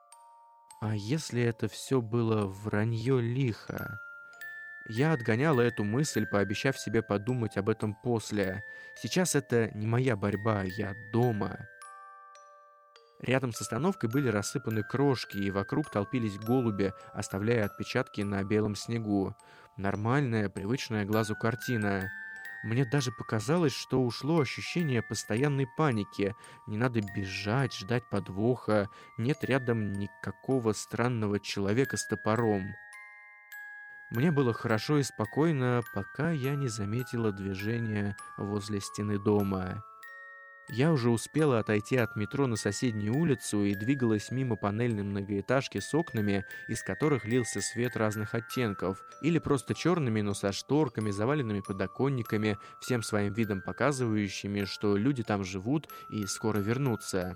А если это все было вранье лихо? Я отгоняла эту мысль, пообещав себе подумать об этом после. Сейчас это не моя борьба, я дома. Рядом с остановкой были рассыпаны крошки, и вокруг толпились голуби, оставляя отпечатки на белом снегу. Нормальная, привычная глазу картина. Мне даже показалось, что ушло ощущение постоянной паники. Не надо бежать, ждать подвоха. Нет рядом никакого странного человека с топором. Мне было хорошо и спокойно, пока я не заметила движения возле стены дома. Я уже успела отойти от метро на соседнюю улицу и двигалась мимо панельной многоэтажки с окнами, из которых лился свет разных оттенков, или просто черными, но со шторками, заваленными подоконниками, всем своим видом показывающими, что люди там живут и скоро вернутся.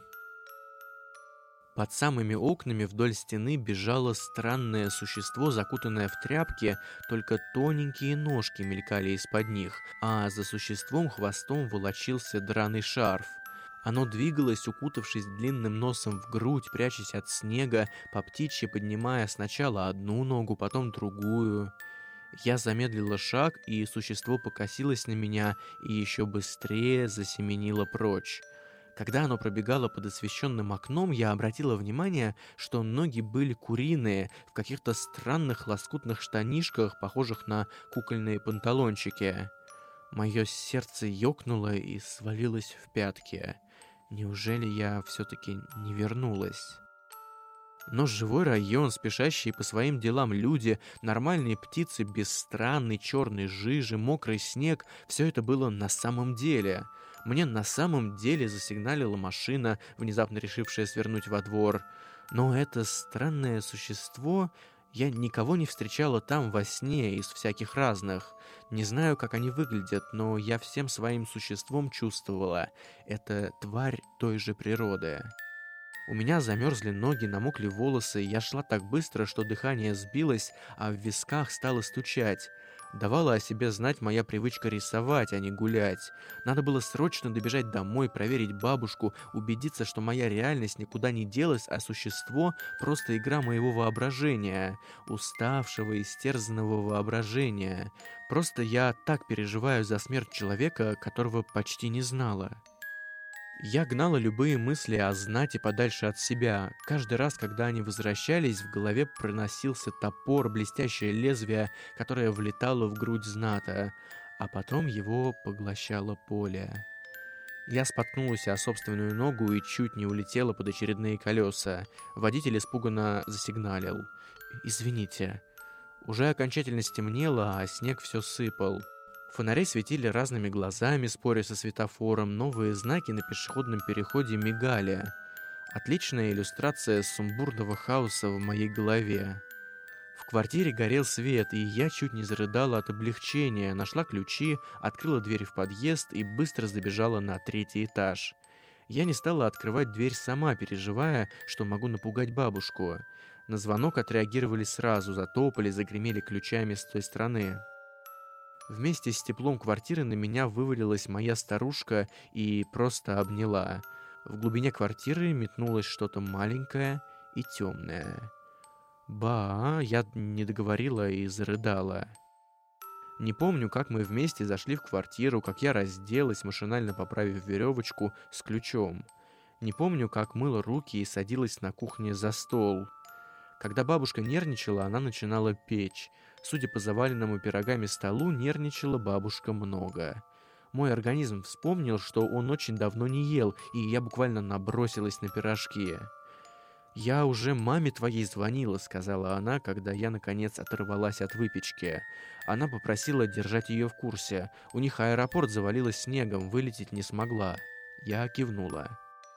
Под самыми окнами вдоль стены бежало странное существо, закутанное в тряпки, только тоненькие ножки мелькали из-под них, а за существом хвостом волочился драный шарф. Оно двигалось, укутавшись длинным носом в грудь, прячась от снега, по птичьи поднимая сначала одну ногу, потом другую. Я замедлила шаг, и существо покосилось на меня и еще быстрее засеменило прочь. Когда оно пробегало под освещенным окном, я обратила внимание, что ноги были куриные, в каких-то странных лоскутных штанишках, похожих на кукольные панталончики. Мое сердце ёкнуло и свалилось в пятки. Неужели я все-таки не вернулась? Но живой район, спешащие по своим делам люди, нормальные птицы без странной черной жижи, мокрый снег — все это было на самом деле. Мне на самом деле засигналила машина, внезапно решившая свернуть во двор. Но это странное существо... Я никого не встречала там во сне из всяких разных. Не знаю, как они выглядят, но я всем своим существом чувствовала. Это тварь той же природы. У меня замерзли ноги, намокли волосы, я шла так быстро, что дыхание сбилось, а в висках стало стучать. Давала о себе знать моя привычка рисовать, а не гулять. Надо было срочно добежать домой, проверить бабушку, убедиться, что моя реальность никуда не делась, а существо — просто игра моего воображения, уставшего, истерзанного воображения. Просто я так переживаю за смерть человека, которого почти не знала. Я гнала любые мысли о знати подальше от себя. Каждый раз, когда они возвращались, в голове проносился топор, блестящее лезвие, которое влетало в грудь зната, а потом его поглощало поле. Я споткнулась о собственную ногу и чуть не улетела под очередные колеса. Водитель испуганно засигналил. «Извините». Уже окончательно стемнело, а снег все сыпал. Фонари светили разными глазами, споря со светофором, новые знаки на пешеходном переходе мигали. Отличная иллюстрация сумбурного хаоса в моей голове. В квартире горел свет, и я чуть не зарыдала от облегчения, нашла ключи, открыла дверь в подъезд и быстро забежала на третий этаж. Я не стала открывать дверь сама, переживая, что могу напугать бабушку. На звонок отреагировали сразу, затопали, загремели ключами с той стороны. Вместе с теплом квартиры на меня вывалилась моя старушка и просто обняла. В глубине квартиры метнулось что-то маленькое и темное. Ба, я не договорила и зарыдала. Не помню, как мы вместе зашли в квартиру, как я разделась, машинально поправив веревочку с ключом. Не помню, как мыла руки и садилась на кухне за стол. Когда бабушка нервничала, она начинала печь. Судя по заваленному пирогами столу, нервничала бабушка много. Мой организм вспомнил, что он очень давно не ел, и я буквально набросилась на пирожки. «Я уже маме твоей звонила», — сказала она, когда я, наконец, оторвалась от выпечки. Она попросила держать ее в курсе. У них аэропорт завалило снегом, вылететь не смогла. Я кивнула.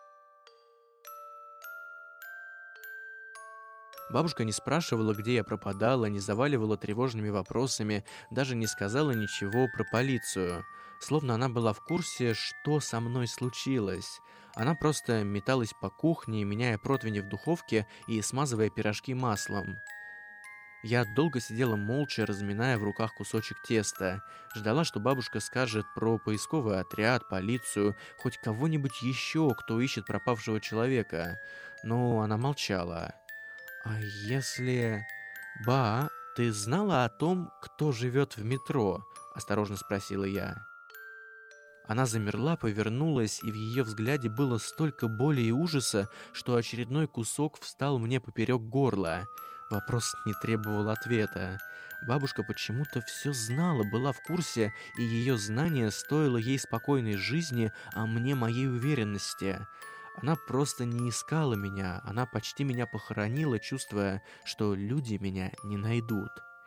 Бабушка не спрашивала, где я пропадала, не заваливала тревожными вопросами, даже не сказала ничего про полицию. Словно она была в курсе, что со мной случилось. Она просто металась по кухне, меняя противни в духовке и смазывая пирожки маслом. Я долго сидела молча, разминая в руках кусочек теста. Ждала, что бабушка скажет про поисковый отряд, полицию, хоть кого-нибудь еще, кто ищет пропавшего человека. Но она молчала. «А если... Ба, ты знала о том, кто живет в метро?» — осторожно спросила я. Она замерла, повернулась, и в ее взгляде было столько боли и ужаса, что очередной кусок встал мне поперек горла. Вопрос не требовал ответа. Бабушка почему-то все знала, была в курсе, и ее знание стоило ей спокойной жизни, а мне моей уверенности. Она просто не искала меня, она почти меня похоронила, чувствуя, что люди меня не найдут.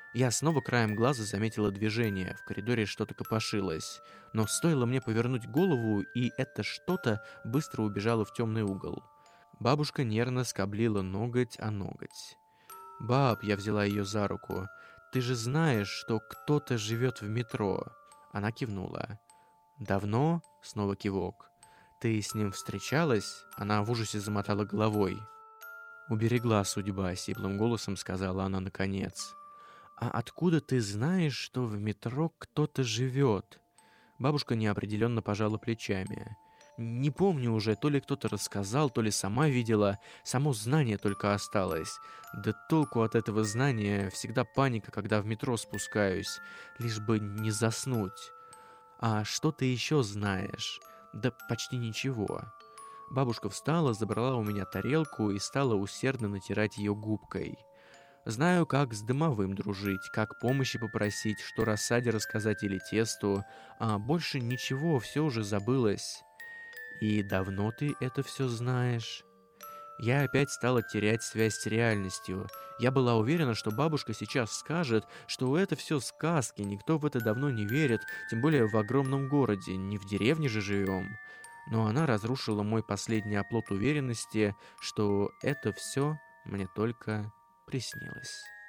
Я снова краем глаза заметила движение, в коридоре что-то копошилось, но стоило мне повернуть голову, и это что-то быстро убежало в темный угол. Бабушка нервно скоблила ноготь о ноготь. «Баб», — я взяла ее за руку, — «ты же знаешь, что кто-то живет в метро». Она кивнула. «Давно?» — снова кивок. «Ты с ним встречалась?» Она в ужасе замотала головой. «Уберегла судьба», — сиплым голосом сказала она наконец. «А откуда ты знаешь, что в метро кто-то живет?» Бабушка неопределенно пожала плечами. «Не помню уже, то ли кто-то рассказал, то ли сама видела. Само знание только осталось. Да толку от этого знания, всегда паника, когда в метро спускаюсь, лишь бы не заснуть. А что ты еще знаешь?» «Да почти ничего». Бабушка встала, забрала у меня тарелку и стала усердно натирать ее губкой. Знаю, как с дымовым дружить, как помощи попросить, что рассаде рассказать или тесту, а больше ничего, все уже забылось. И давно ты это все знаешь? Я опять стала терять связь с реальностью. Я была уверена, что бабушка сейчас скажет, что это все сказки, никто в это давно не верит, тем более в огромном городе, не в деревне же живем. Но она разрушила мой последний оплот уверенности, что это все мне только приснилось.